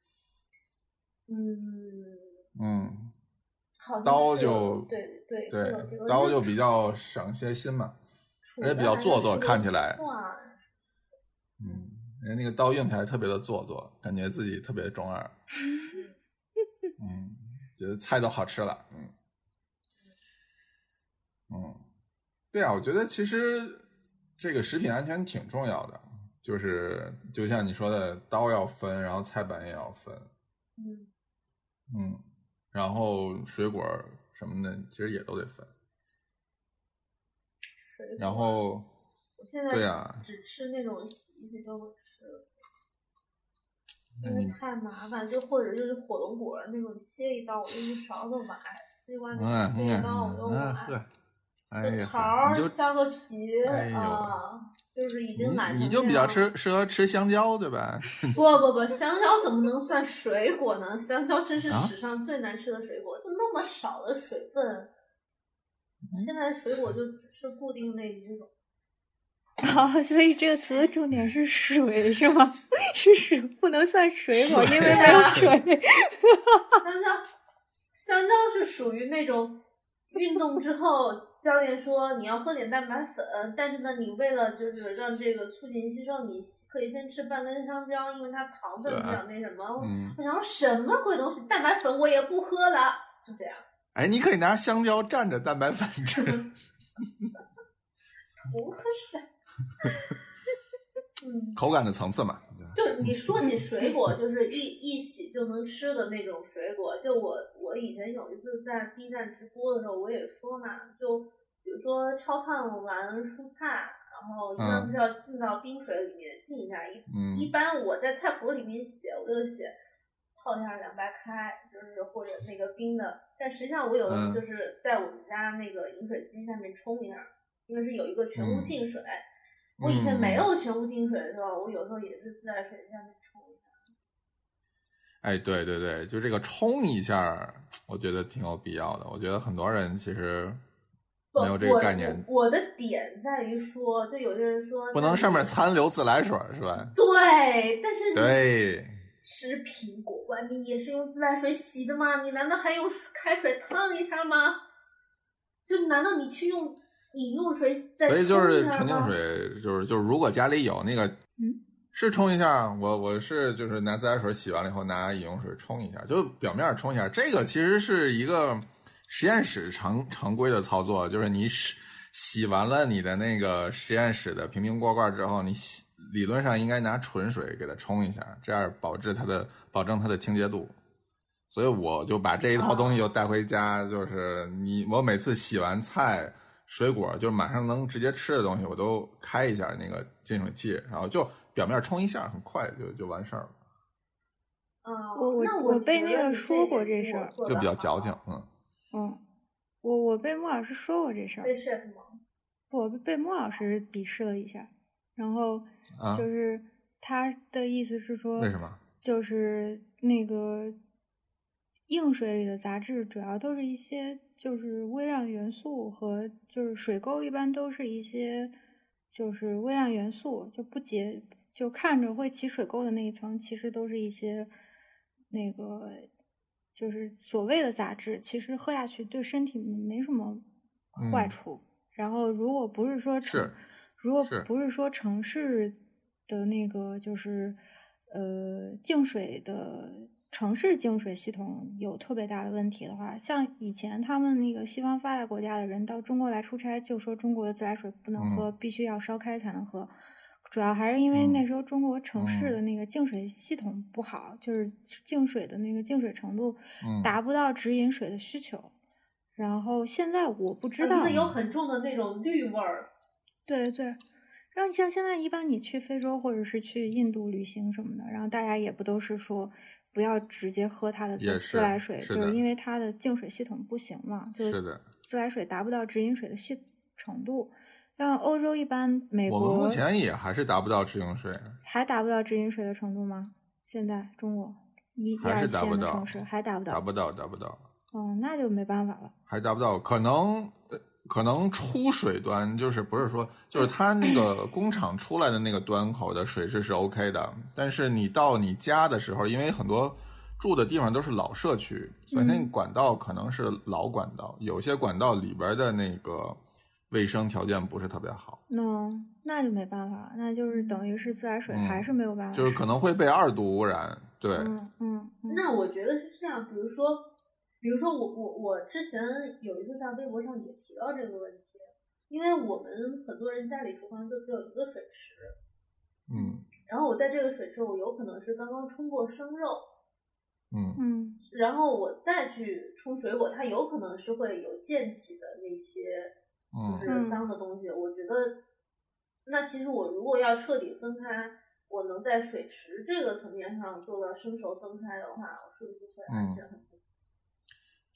嗯。 嗯。 好刀就对对对，刀就比较省些心嘛，而且比较做作，看起来。嗯，人家那个刀用起来特别的做作，感觉自己特别中二。嗯，觉得菜都好吃了。嗯，嗯，对啊，我觉得其实这个食品安全挺重要的，就是就像你说的，刀要分，然后菜板也要分。 嗯嗯，然后水果什么的，其实也都得分。 水果。 然后， 我现在对啊， 只吃那种洗一洗就会吃。因为太麻烦，就或者就是火龙果那种切一刀我就一勺子崴，西瓜那种切一刀我就崴。 哎呀， 桃儿你就削个皮、 哎呦啊，就是已经买成你你就比较吃适合吃香蕉对吧？ 不不不，香蕉怎么能算水果呢？香蕉真是史上最难吃的水果，啊、就那么少的水分。现在水果就只是固定那几种。 哦，所以这个词的重点是水是吗？是水，不能算水果，因为没有水。 香蕉，香蕉是属于那种运动之后，教练说你要喝点蛋白粉，但是呢，你为了就是让这个促进吸收，你可以先吃半根香蕉，因为它糖分比较那什么。 嗯， 我想说什么鬼东西，蛋白粉我也不喝了，就这样。 哎，你可以拿香蕉蘸着蛋白粉吃。 不是。嗯， 口感的层次嘛。 就你说起水果，就是一一洗就能吃的那种水果。就我我以前有一次在 B 站直播的时候，我也说嘛，就比如说焯烫完蔬菜，然后一般不是要浸到冰水里面浸一下。一、嗯、一般我在菜谱里面写，我就写泡一下凉白开，就是或者那个冰的。但实际上我有的就是在我们家那个饮水机下面冲一下，因为是有一个全屋净水。嗯我以前没有全屋净水的时候，我有时候也是自来水下面冲一下。 哎，对对对，就这个冲一下，我觉得挺有必要的。我觉得很多人其实没有这个概念。 我, 我的点在于说，就有些人说不能上面残留自来水是吧？ 对，但是对吃苹果冠你也是用自来水洗的吗？你难道还用开水烫一下吗？就难道你去用？饮用水再冲一下吗？ 所以就是纯净水，就是就是，如果家里有那个， 嗯， 是冲一下。我我是就是拿自来水洗完了以后，拿饮用水冲一下，就表面冲一下。这个其实是一个实验室常常规的操作，就是你洗洗完了你的那个实验室的瓶瓶罐罐之后，你洗理论上应该拿纯水给它冲一下，这样保质它的保证它的清洁度。所以我就把这一套东西就带回家，就是你我每次洗完菜。水果就是马上能直接吃的东西，我都开一下那个净水器，然后就表面冲一下，很快就就完事儿了。 嗯， 我我我被那个说过这事儿， 就比较矫情，嗯嗯，我我被莫老师说过这事儿。 被 chef 吗？ 我被莫老师鄙视了一下，然后就是他的意思是说， 为什么？ 就是那个硬水里的杂质主要都是一些就是微量元素和就是水沟一般都是一些就是微量元素，就不结就看着会起水沟的那一层其实都是一些那个就是所谓的杂质，其实喝下去对身体没什么坏处。嗯、然后如果不是说是如果不是说城市的那个就是呃净水的城市净水系统有特别大的问题的话，像以前他们那个西方发达国家的人到中国来出差，就说中国的自来水不能喝， 嗯、 必须要烧开才能喝。主要还是因为那时候中国城市的那个净水系统不好， 嗯、 就是净水的那个净水程度达不到直饮水的需求。嗯、然后现在我不知道， 有很重的那种绿味儿。 对对。然后你像现在一般你去非洲或者是去印度旅行什么的，然后大家也不都是说不要直接喝它的自来水， 是就是因为它的净水系统不行嘛， 是的， 自来水达不到直饮水的系程度。像欧洲一般，美国我们目前也还是达不到直饮水， 还达不到直饮水的程度吗？现在中国一还是达不到， 城市还达不到， 达不到，达不到。 哦，那就没办法了， 还达不到，可能。可能出水端就是不是说就是它那个工厂出来的那个端口的水质是 OK 的，但是你到你家的时候，因为很多住的地方都是老社区，所以那个管道可能是老管道，嗯、有些管道里边的那个卫生条件不是特别好。 那、no, 那就没办法，那就是等于是自来水还是没有办法、 嗯，就是可能会被二度污染。对， 嗯嗯嗯。 那我觉得是这样，比如说。比如说我我我之前有一次在微博上也提到这个问题，因为我们很多人家里厨房就只有一个水池， 嗯， 然后我在这个水池我有可能是刚刚冲过生肉， 嗯嗯， 然后我再去冲水果，它有可能是会有溅起的那些就是脏的东西， 嗯、 我觉得那其实我如果要彻底分开，我能在水池这个层面上做到生熟分开的话，我是不是会安全很多？ 嗯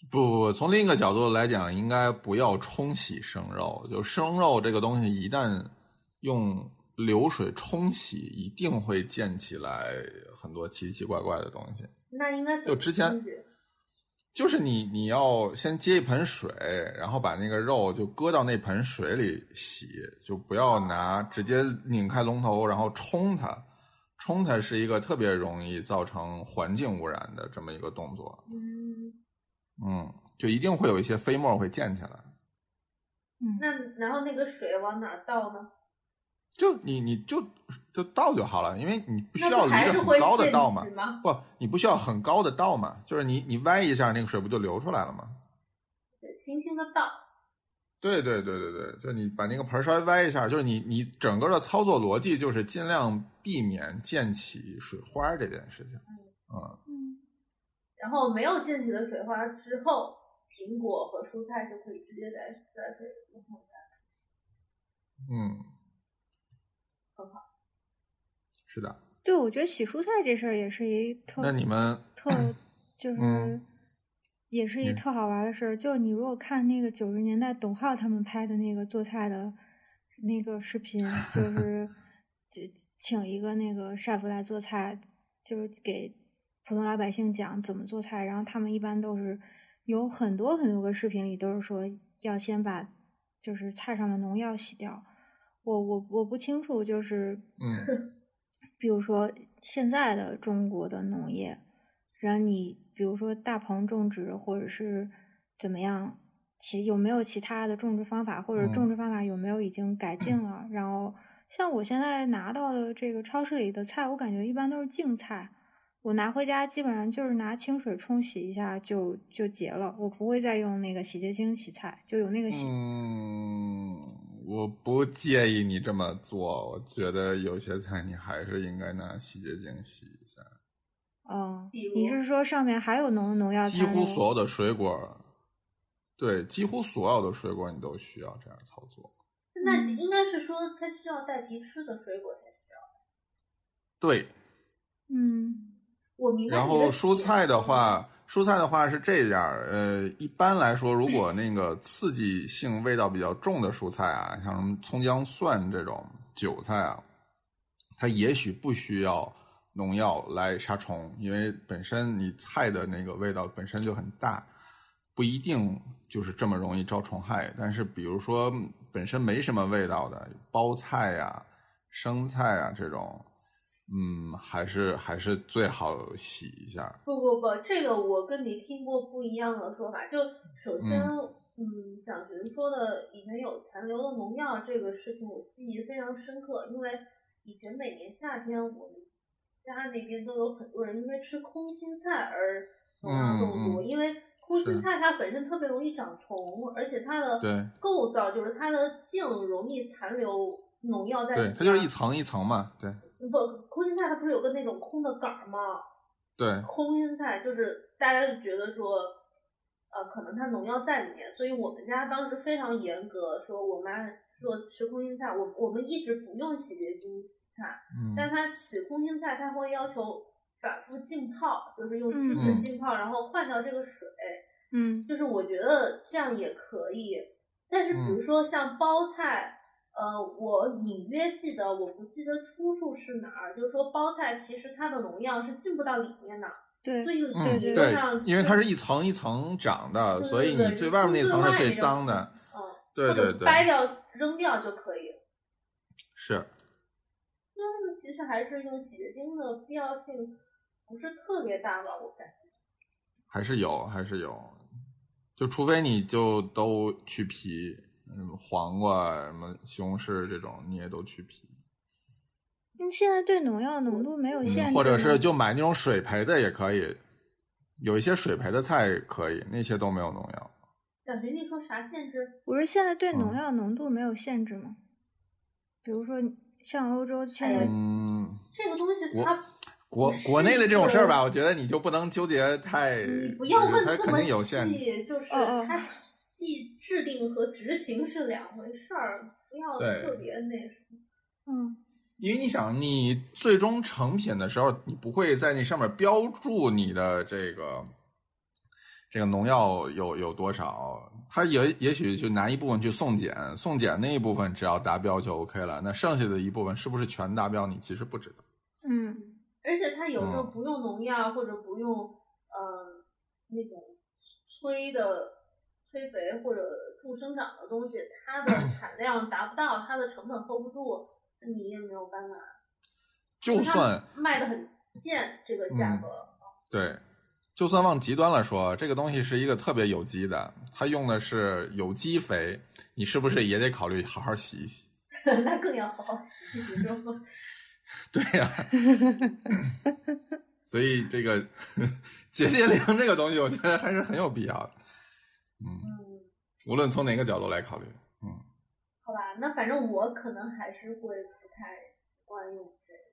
不不不，从另一个角度来讲，应该不要冲洗生肉。就生肉这个东西，一旦用流水冲洗，一定会溅起来很多奇奇怪怪的东西。 那应该就之前就是你你要先接一盆水，然后把那个肉就搁到那盆水里洗，就不要拿直接拧开龙头然后冲它。冲它是一个特别容易造成环境污染的这么一个动作。 嗯嗯，就一定会有一些飞沫会溅起来。 嗯， 那然后那个水往哪儿倒呢？ 就你你就就倒就好了，因为你不需要离着很高的倒嘛。不，你不需要很高的倒嘛，就是你你歪一下，那个水不就流出来了吗？ 对，轻轻的倒。 对对对对对，就你把那个盆稍微歪一下，就是你你整个的操作逻辑就是尽量避免溅起水花这件事情。嗯嗯。然后没有溅起的水花之后，苹果和蔬菜就可以直接在自来水里冲下去。 嗯， 很好。 是的。 对，我觉得洗蔬菜这事儿也是一特那你们特就是、 嗯、 也是一特好玩的事儿。就你如果看那个九十年代董浩他们拍的那个做菜的那个视频，就是就请一个那个 chef 来做菜，就是给普通老百姓讲怎么做菜，然后他们一般都是有很多很多个视频里都是说要先把就是菜上的农药洗掉。我我我不清楚，就是嗯， 比如说现在的中国的农业，然后你比如说大棚种植或者是怎么样，其有没有其他的种植方法，或者种植方法有没有已经改进了？ 嗯、 然后像我现在拿到的这个超市里的菜，我感觉一般都是净菜，我拿回家基本上就是拿清水冲洗一下就就结了，我不会再用那个洗洁精洗菜，就有那个洗。 嗯，我不介意你这么做，我觉得有些菜你还是应该拿洗洁精洗一下。 哦，你是说上面还有农农药残留？ 几乎所有的水果，对，几乎所有的水果你都需要这样操作。 那应该是说它需要带皮吃的水果才需要。 对。 嗯。 我明白。 然后蔬菜的话，蔬菜的话是这样，呃，一般来说，如果那个刺激性味道比较重的蔬菜啊，像什么葱姜蒜这种韭菜啊，它也许不需要农药来杀虫，因为本身你菜的那个味道本身就很大，不一定就是这么容易招虫害。但是比如说本身没什么味道的包菜呀、生菜啊这种。嗯，还是还是最好洗一下。 不不不，这个我跟你听过不一样的说法。就首先， 嗯， 嗯蒋群说的以前有残留的农药这个事情，我记忆非常深刻，因为以前每年夏天我们家那边都有很多人因为吃空心菜而农药中毒， 嗯嗯、 因为空心菜它本身特别容易长虫，而且它的构造就是它的茎容易残留农药在里面。 对，它就是一层一层嘛，对。 不，空心菜它不是有个那种空的杆吗？ 对， 空心菜就是大家就觉得说，呃，可能它农药在里面，所以我们家当时非常严格，说我妈说吃空心菜，我我们一直不用洗洁精洗菜， 嗯， 但它洗空心菜，它会要求反复浸泡，就是用清水浸泡，嗯、然后换掉这个水， 嗯， 就是我觉得这样也可以，但是比如说像包菜。嗯呃，我隐约记得，我不记得出处是哪儿，就是说包菜其实它的农药是进不到里面的， 对， 所以嗯理论上、 对，因为它是一层一层长的， 对对对， 所以你最外面那层是最脏的， 嗯， 对对对， 掰掉扔掉就可以。 是。 那其实还是用洗洁精的必要性不是特别大吧，我感觉。 还是有，还是有，就除非你就都去皮。什么黄瓜、什么西红柿这种，你也都去皮。 你现在对农药浓度没有限制、 嗯，或者是就买那种水培的也可以，有一些水培的菜可以，那些都没有农药。 小学你说啥限制？ 我说现在对农药浓度没有限制吗？嗯、比如说像欧洲现在， 嗯， 这个东西它国国内的这种事儿吧，我觉得你就不能纠结太， 你不要问这么细， 就是它。细制定和执行是两回事儿，不要特别那什么。 嗯， 因为你想，你最终成品的时候，你不会在那上面标注你的这个这个农药有有多少，它也也许就拿一部分去送检，送检那一部分只要达标就 OK 了，那剩下的一部分是不是全达标，你其实不知道。 嗯， 而且它有时候不用农药、嗯、或者不用呃那种催的催肥或者助生长的东西，它的产量达不到，它的成本 hold 不住，你也没有办法。 就算卖的很贱，这个价格、 嗯、对。就算往极端了说，这个东西是一个特别有机的，它用的是有机肥，你是不是也得考虑好好洗一洗？ 那更要好好洗一洗。 对呀、啊，所以这个结节灵这个东西，我觉得还是很有必要的。嗯，嗯无论从哪个角度来考虑，嗯。 好吧，那反正我可能还是会不太习惯用这个。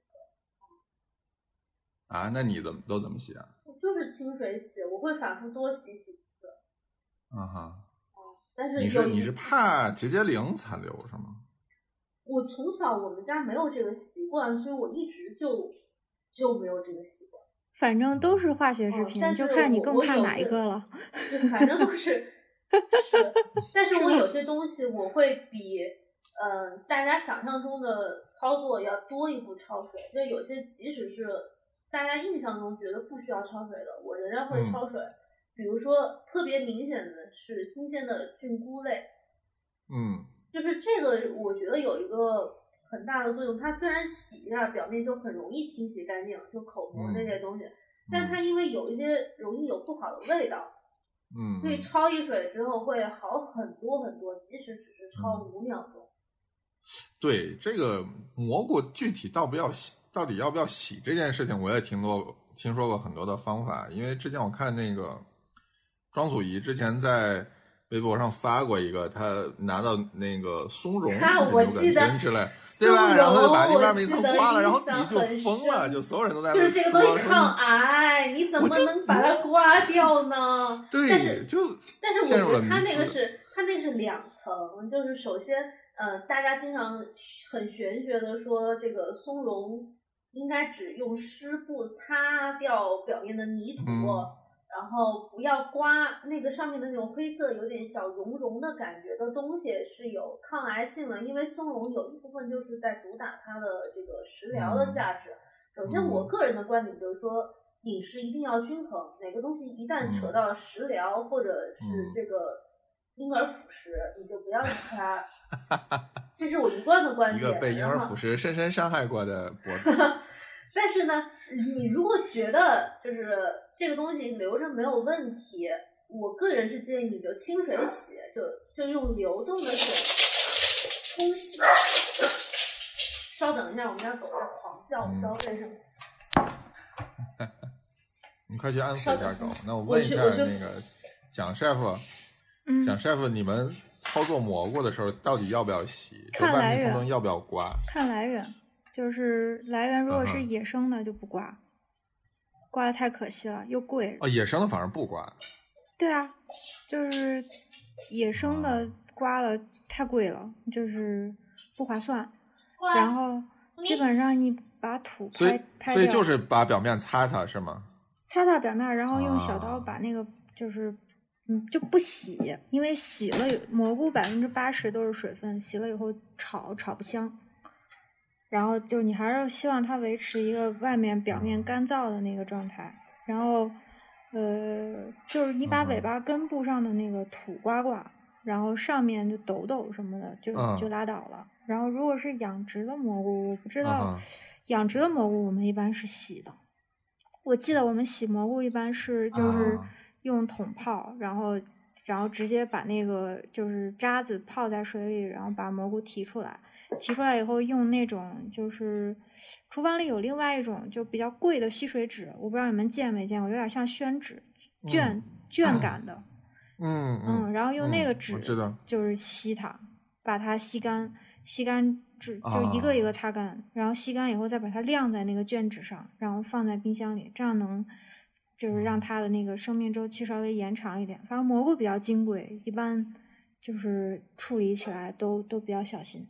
啊，那你怎么都怎么洗啊？ 就是清水洗，我会反复多洗几次。 嗯哈。 哦，但是你是你是怕结节灵残留是吗？ 我从小我们家没有这个习惯，所以我一直就就没有这个习惯。 反正都是化学制品， 哦、 就看你更怕哪一个了。 对，反正都是是，但是我有些东西我会比嗯、呃、大家想象中的操作要多一步焯水，就有些即使是大家印象中觉得不需要焯水的，我仍然会焯水。嗯、比如说特别明显的是新鲜的菌菇类， 嗯， 就是这个我觉得有一个很大的作用，它虽然洗一下表面就很容易清洗干净，就口膜那些东西，嗯、但它因为有一些容易有不好的味道， 嗯， 所以焯一水之后会好很多很多，即使只是焯五秒钟。 对，这个蘑菇具体到不要洗，到底要不要洗这件事情，我也听过听说过很多的方法。因为之前我看那个庄祖仪之前在微博上发过一个，他拿到那个松茸我记得之类，对吧？然后就把那外面一层刮了，然后底就疯了，就所有人都在那说，就是这个东西抗癌，你怎么能把它刮掉呢？ 对， 但是就但是我觉得他那个是他那个是两层，就是首先。呃，大家经常很玄学的说，这个松茸应该只用湿布擦掉表面的泥土， 嗯、 然后不要刮那个上面的那种灰色有点小绒绒的感觉的东西是有抗癌性的，因为松茸有一部分就是在主打它的这个食疗的价值。嗯、首先，我个人的观点就是说，饮食一定要均衡，哪个东西一旦扯到食疗或者是这个婴儿辅食，你就不要理它。这是我一贯的观点。 一个被婴儿辅食深深伤害过的博主。 但是呢，你如果觉得就是这个东西留着没有问题，我个人是建议你就清水洗，就就用流动的水冲洗。稍等一下，我们家狗在狂叫，不知道为什么。 你快去安抚一下狗。那我问一下那个蒋师傅， 嗯、 蒋师傅，你们操作蘑菇的时候到底要不要洗？ 看来源， 要不要刮？ 看来源，就是来源如果是野生的就不刮，嗯、刮的太可惜了，又贵。 哦，野生的反而不刮。 对啊，就是野生的刮了太贵了，就是不划算。然后基本上你把土拍拍掉， 所以就是把表面擦擦是吗？ 擦擦表面，然后用小刀把那个就是。嗯，就不洗，因为洗了蘑菇百分之八十都是水分，洗了以后炒炒不香。然后就你还是希望它维持一个外面表面干燥的那个状态。然后，呃，就是你把尾巴根部上的那个土刮刮，然后上面就抖抖什么的就就拉倒了。然后如果是养殖的蘑菇，我不知道，养殖的蘑菇我们一般是洗的。我记得我们洗蘑菇一般是就是用桶泡，然后然后直接把那个就是渣子泡在水里，然后把蘑菇提出来，提出来以后用那种就是厨房里有另外一种就比较贵的吸水纸，我不知道你们见没见过，有点像宣纸卷、嗯、卷感的， 嗯嗯，然后用那个纸就是吸它， 嗯、 把它吸干，吸干就就一个一个擦干，啊、然后吸干以后再把它晾在那个卷纸上，然后放在冰箱里，这样能就是让它的那个生命周期稍微延长一点。反正蘑菇比较金贵，一般就是处理起来都都比较小心。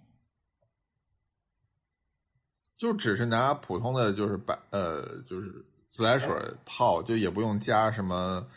就只是拿普通的就是白呃就是自来水泡，就也不用加什么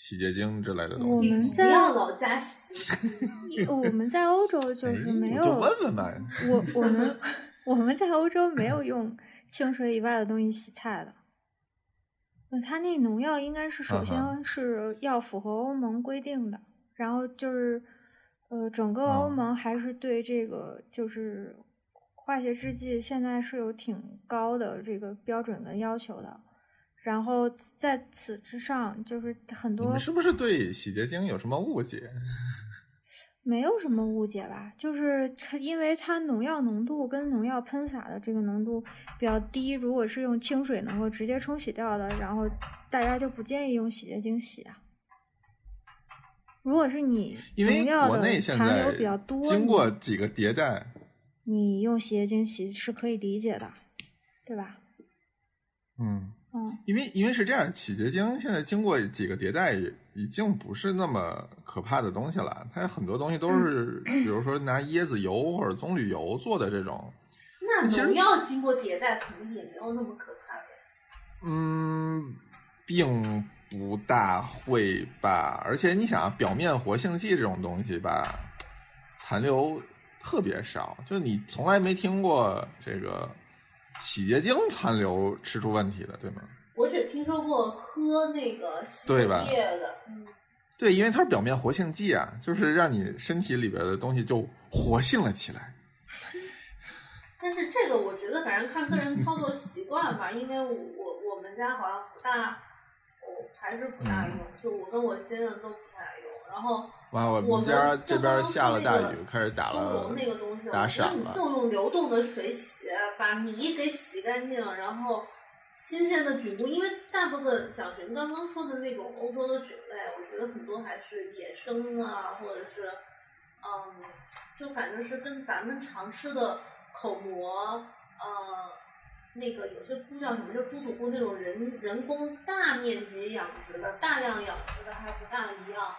洗洁精之类的东西。 我们在不要老加洗洁精。 我们在欧洲就是没有， 哎、我就问问吧。 我我们我们在欧洲没有用清水以外的东西洗菜的。它那农药应该是首先是要符合欧盟规定的，然后就是呃，整个欧盟还是对这个就是化学制剂现在是有挺高的这个标准跟要求的。然后在此之上，就是很多。 你们是不是对洗洁精有什么误解？ 没有什么误解吧，就是它因为它农药浓度跟农药喷洒的这个浓度比较低，如果是用清水能够直接冲洗掉的，然后大家就不建议用洗洁精洗啊。如果是你农药的残留比较多， 经过几个迭代， 你用洗洁精洗是可以理解的，对吧？ 嗯。 嗯， 因为因为是这样，洗洁精现在经过几个迭代，已经不是那么可怕的东西了。它很多东西都是，嗯、比如说拿椰子油或者棕榈油做的这种。 那农药经过迭代，可能也没有那么可怕的。 嗯，并不大会吧。而且你想，表面活性剂这种东西吧，残留特别少，就你从来没听过这个。洗洁精残留吃出问题的，对吗？ 我只听说过喝那个洗液的，嗯， 对，因为它是表面活性剂啊，就是让你身体里边的东西就活性了起来。 但是这个我觉得反正看个人操作习惯吧，因为我我们家好像不大，我还是不大用，嗯、就我跟我先生都不太用。然后哇，我们家这边下了大雨，开始打了那个东西， 打闪了。 你就用流动的水洗，把泥给洗干净，然后新鲜的菌菇，因为大部分蒋寻刚刚说的那种欧洲的菌类，我觉得很多还是野生啊，或者是嗯，就反正是跟咱们常吃的口蘑，呃，那个有些菇叫什么，就猪肚菇那种人人工大面积养殖的、大量养殖的还不大一样。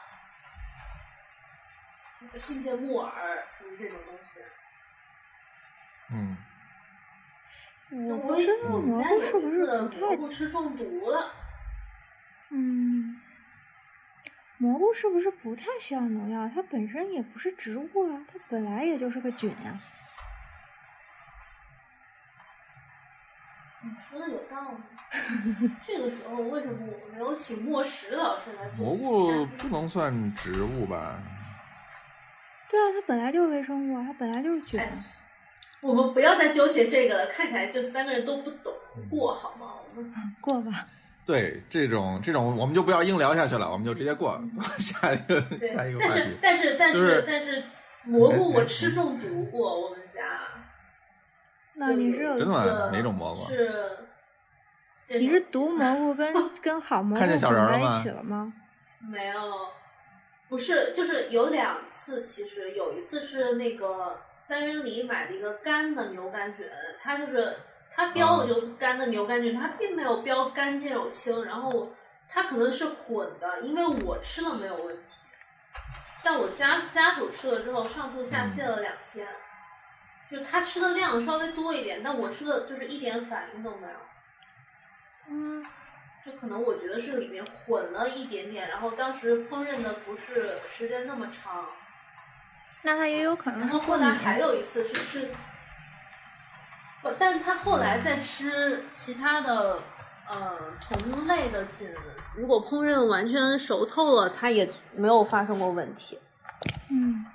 新鲜木耳就是这种东西。 嗯。 我不知道蘑菇是不是不太蘑菇吃中毒了。 嗯。蘑菇是不是不太需要农药？它本身也不是植物啊，它本来也就是个菌呀、啊。 你说的有道理。这个时候为什么我没有请莫石老师来做？ 蘑菇不能算植物吧？ 对啊，它本来就是微生物啊，它本来就是菌。 哎、我们不要再纠结这个了，看起来就三个人都不懂，过好吗？我们过吧。 对，这种这种我们就不要硬聊下去了，我们就直接过下一个下一个话题。 但是但是但是、 就是、 但是蘑菇我吃中毒过，我们家。 那你是有真的吗？哪种蘑菇？ 是。 你是毒蘑菇跟跟好蘑菇混在一起了吗？ 没有。不是，就是有两次，其实有一次是那个三元里买了一个干的牛肝菌，它就是它标的就是干的牛肝菌，它并没有标干健肉清，然后它可能是混的，因为我吃了没有问题，但我家家属吃了之后上吐下泻了两天，就他吃的量稍微多一点，但我吃的就是一点反应都没有。 嗯。 就可能我觉得是里面混了一点点，然后当时烹饪的不是时间那么长。 那他也有可能是过敏。然后后来还有一次是吃，但他后来在吃其他的呃同类的菌，如果烹饪完全熟透了，他也没有发生过问题。 嗯。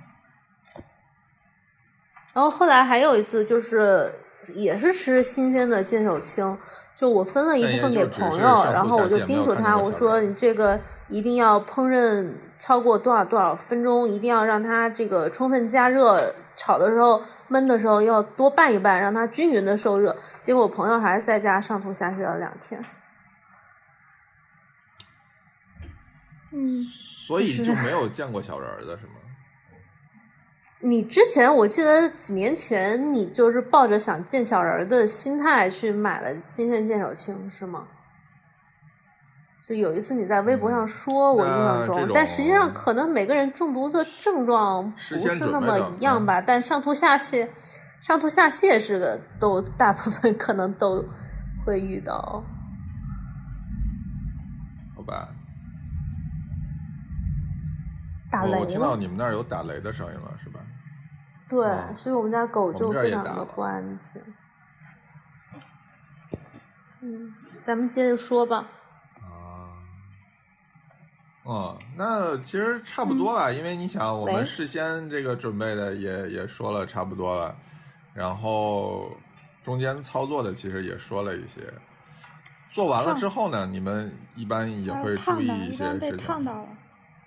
然后后来还有一次就是也是吃新鲜的剑手青。就我分了一部分给朋友，然后我就叮嘱他，我说你这个一定要烹饪超过多少多少分钟，一定要让它这个充分加热，炒的时候焖的时候要多拌一拌，让它均匀的受热。结果我朋友还是在家上吐下泻了两天。 嗯， 所以就没有见过小人的是吗？ 你之前我记得几年前你就是抱着想见小人的心态去买了新鲜剑手青是吗？就有一次你在微博上说、嗯、我印象中，但实际上可能每个人中毒的症状不是那么一样吧，但上吐下泻上吐下泻是个都大部分可能都会遇到。 好吧。 打雷了。 我听到你们那儿有打雷的声音了，是吧？ 对， 嗯、 所以我们家狗就非常的不安静。嗯，咱们接着说吧。 啊，哦，那其实差不多了，嗯、因为你想，我们事先这个准备的也也说了差不多了，然后中间操作的其实也说了一些。做完了之后呢，你们一般也会注意一些事情。 被烫到了。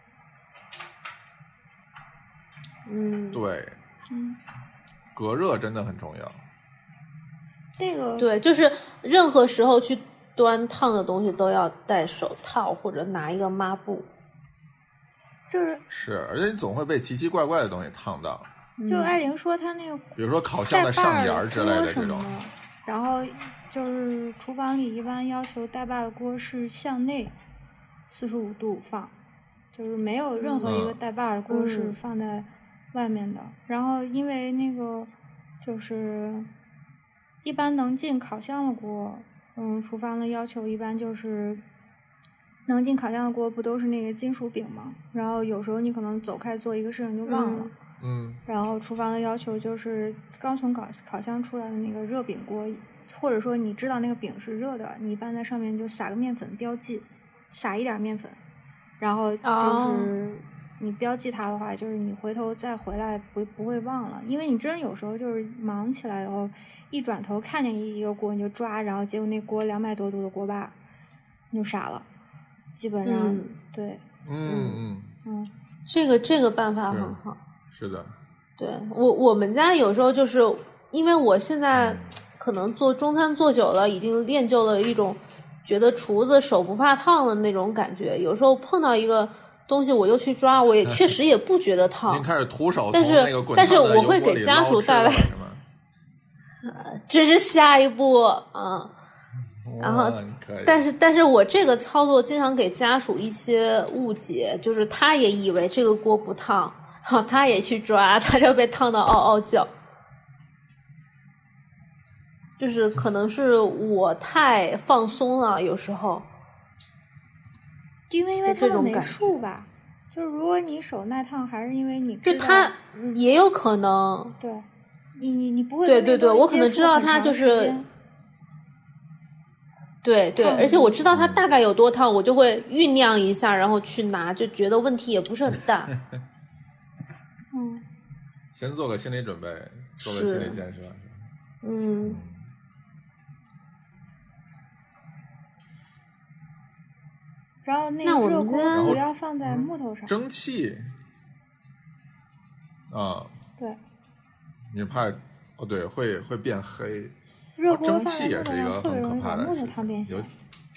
嗯， 对， 嗯， 隔热真的很重要。 这个对，就是任何时候去端烫的东西都要戴手套或者拿一个抹布。 就是是，而且你总会被奇奇怪怪的东西烫到。 就艾琳说她那个， 比如说烤箱的上沿之类的这种。 然后就是厨房里一般要求带把的锅是向内四十五度放，就是没有任何一个带把的锅是放在外面的。嗯、然后因为那个就是一般能进烤箱的锅，嗯，厨房的要求一般就是能进烤箱的锅不都是那个金属柄吗？然后有时候你可能走开做一个事情就忘了。 嗯嗯， 然后厨房的要求就是刚从烤烤箱出来的那个热饼锅，或者说你知道那个饼是热的，你一般在上面就撒个面粉标记，撒一点面粉，然后就是你标记它的话，就是你回头再回来不不会忘了，因为你真有时候就是忙起来以后，一转头看见一个锅你就抓，然后结果那锅两百多度的锅巴，你就傻了，基本上、 嗯、 对， 嗯嗯嗯， 这个这个办法很好。 是的， 对我我们家有时候就是因为我现在可能做中餐做久了，已经练就了一种觉得厨子手不怕烫的那种感觉。有时候碰到一个东西我就去抓，我也确实也不觉得烫。 您开始徒手但是但是我会给家属带来，呃，这是下一步啊。然后，但是但是我这个操作经常给家属一些误解，就是他也以为这个锅不烫。好，他也去抓，他就被烫到嗷嗷叫。就是可能是我太放松了，有时候。 因为因为他们没数吧，就是如果你手耐烫，还是因为你就他也有可能。 对，你你你不会。 对对对，我可能知道他就是。对对，而且我知道他大概有多烫，我就会酝酿一下，然后去拿，就觉得问题也不是很大。 嗯， 先做个心理准备，做个心理建设。 嗯。 然后那个热锅不要放在木头上。 蒸汽。啊。 对。 你怕哦？对，会会变黑。 热锅蒸汽也是一个很可怕的木头烫变形。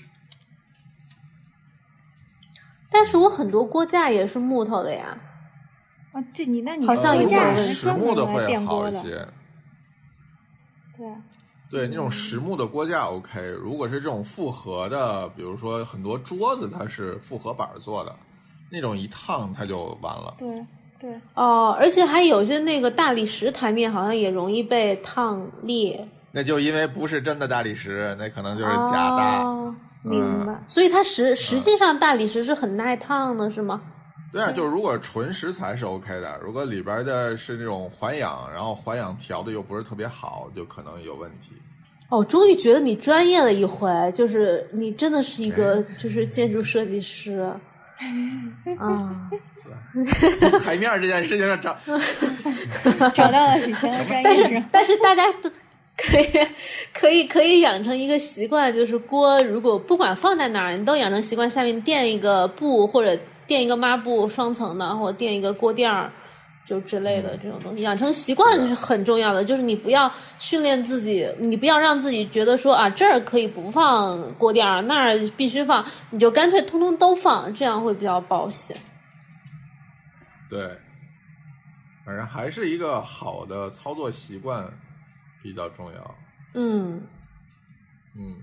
但是我很多锅架也是木头的呀。 啊，这你那你好像有实木的会好一些。 对。 对，那种实木的锅架 OK。如果是这种复合的，比如说很多桌子它是复合板做的，那种一烫它就完了。 对对。 哦，而且还有些那个大理石台面好像也容易被烫裂。 那就因为不是真的大理石，那可能就是假的。 哦，明白。嗯、所以它实实际上大理石是很耐烫的，是吗？ 对啊，就是如果纯石材是 OK 的，如果里边的是那种环氧，然后环氧调的又不是特别好，就可能有问题。 哦，我终于觉得你专业了一回，就是你真的是一个就是建筑设计师啊。 台面这件事情上找找到了以前的专业， 但是但是大家都可以可以可以养成一个习惯，就是锅如果不管放在哪儿，你都养成习惯，下面垫一个布或者垫一个抹布双层的，或者垫一个锅垫儿，就之类的这种东西，养成习惯是很重要的。就是你不要训练自己，你不要让自己觉得说啊这儿可以不放锅垫儿，那儿必须放，你就干脆通通都放，这样会比较保险。 对，反正还是一个好的操作习惯比较重要。 嗯嗯，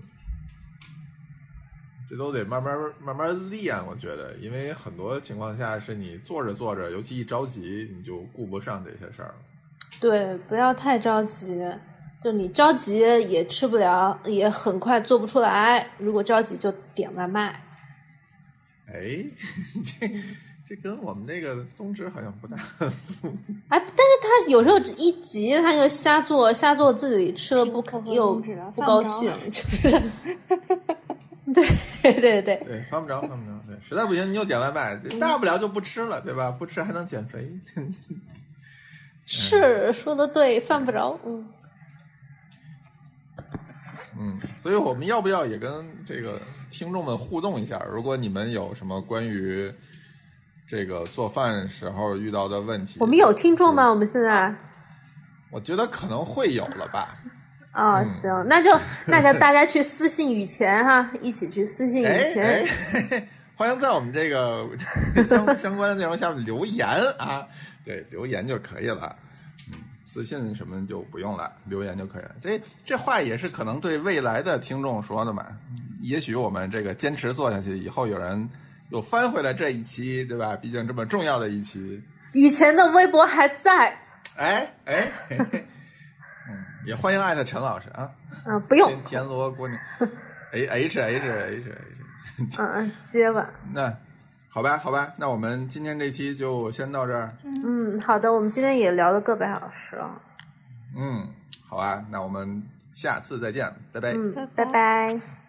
这都得慢慢慢慢练，我觉得，因为很多情况下是你做着做着，尤其一着急，你就顾不上这些事儿。 对，不要太着急，就你着急也吃不了，也很快做不出来。如果着急就点外卖。 哎，这这跟我们这个宗旨好像不大哎，但是他有时候一急他就瞎做瞎做自己吃了不又不高兴，就是对对对对，犯不着犯不着，对，实在不行你就点外卖，大不了就不吃了，对吧？不吃还能减肥。 是说的对，犯不着。嗯嗯，所以我们要不要也跟这个听众们互动一下？如果你们有什么关于这个做饭时候遇到的问题， 我们有听众吗？我们现在， 我觉得可能会有了吧。 哦， 嗯、 行，那就那就大家去私信雨前哈，一起去私信雨前。 哎哎、欢迎在我们这个相相关的内容下面留言啊，对，留言就可以了。嗯，私信什么就不用了，留言就可以了。这这话也是可能对未来的听众说的嘛。也许我们这个坚持做下去，以后有人又翻回来这一期，对吧？毕竟这么重要的一期。 雨前的微博还在。 哎哎。嘿嘿嗯，也欢迎艾特陈老师啊。 嗯，不用。 田螺姑娘 ，H H H H。 嗯嗯，接吧。 那好吧，好吧，那我们今天这期就先到这儿。 嗯，好的，我们今天也聊了个半小时了。 嗯，好啊，那我们下次再见，拜拜。 嗯，拜拜。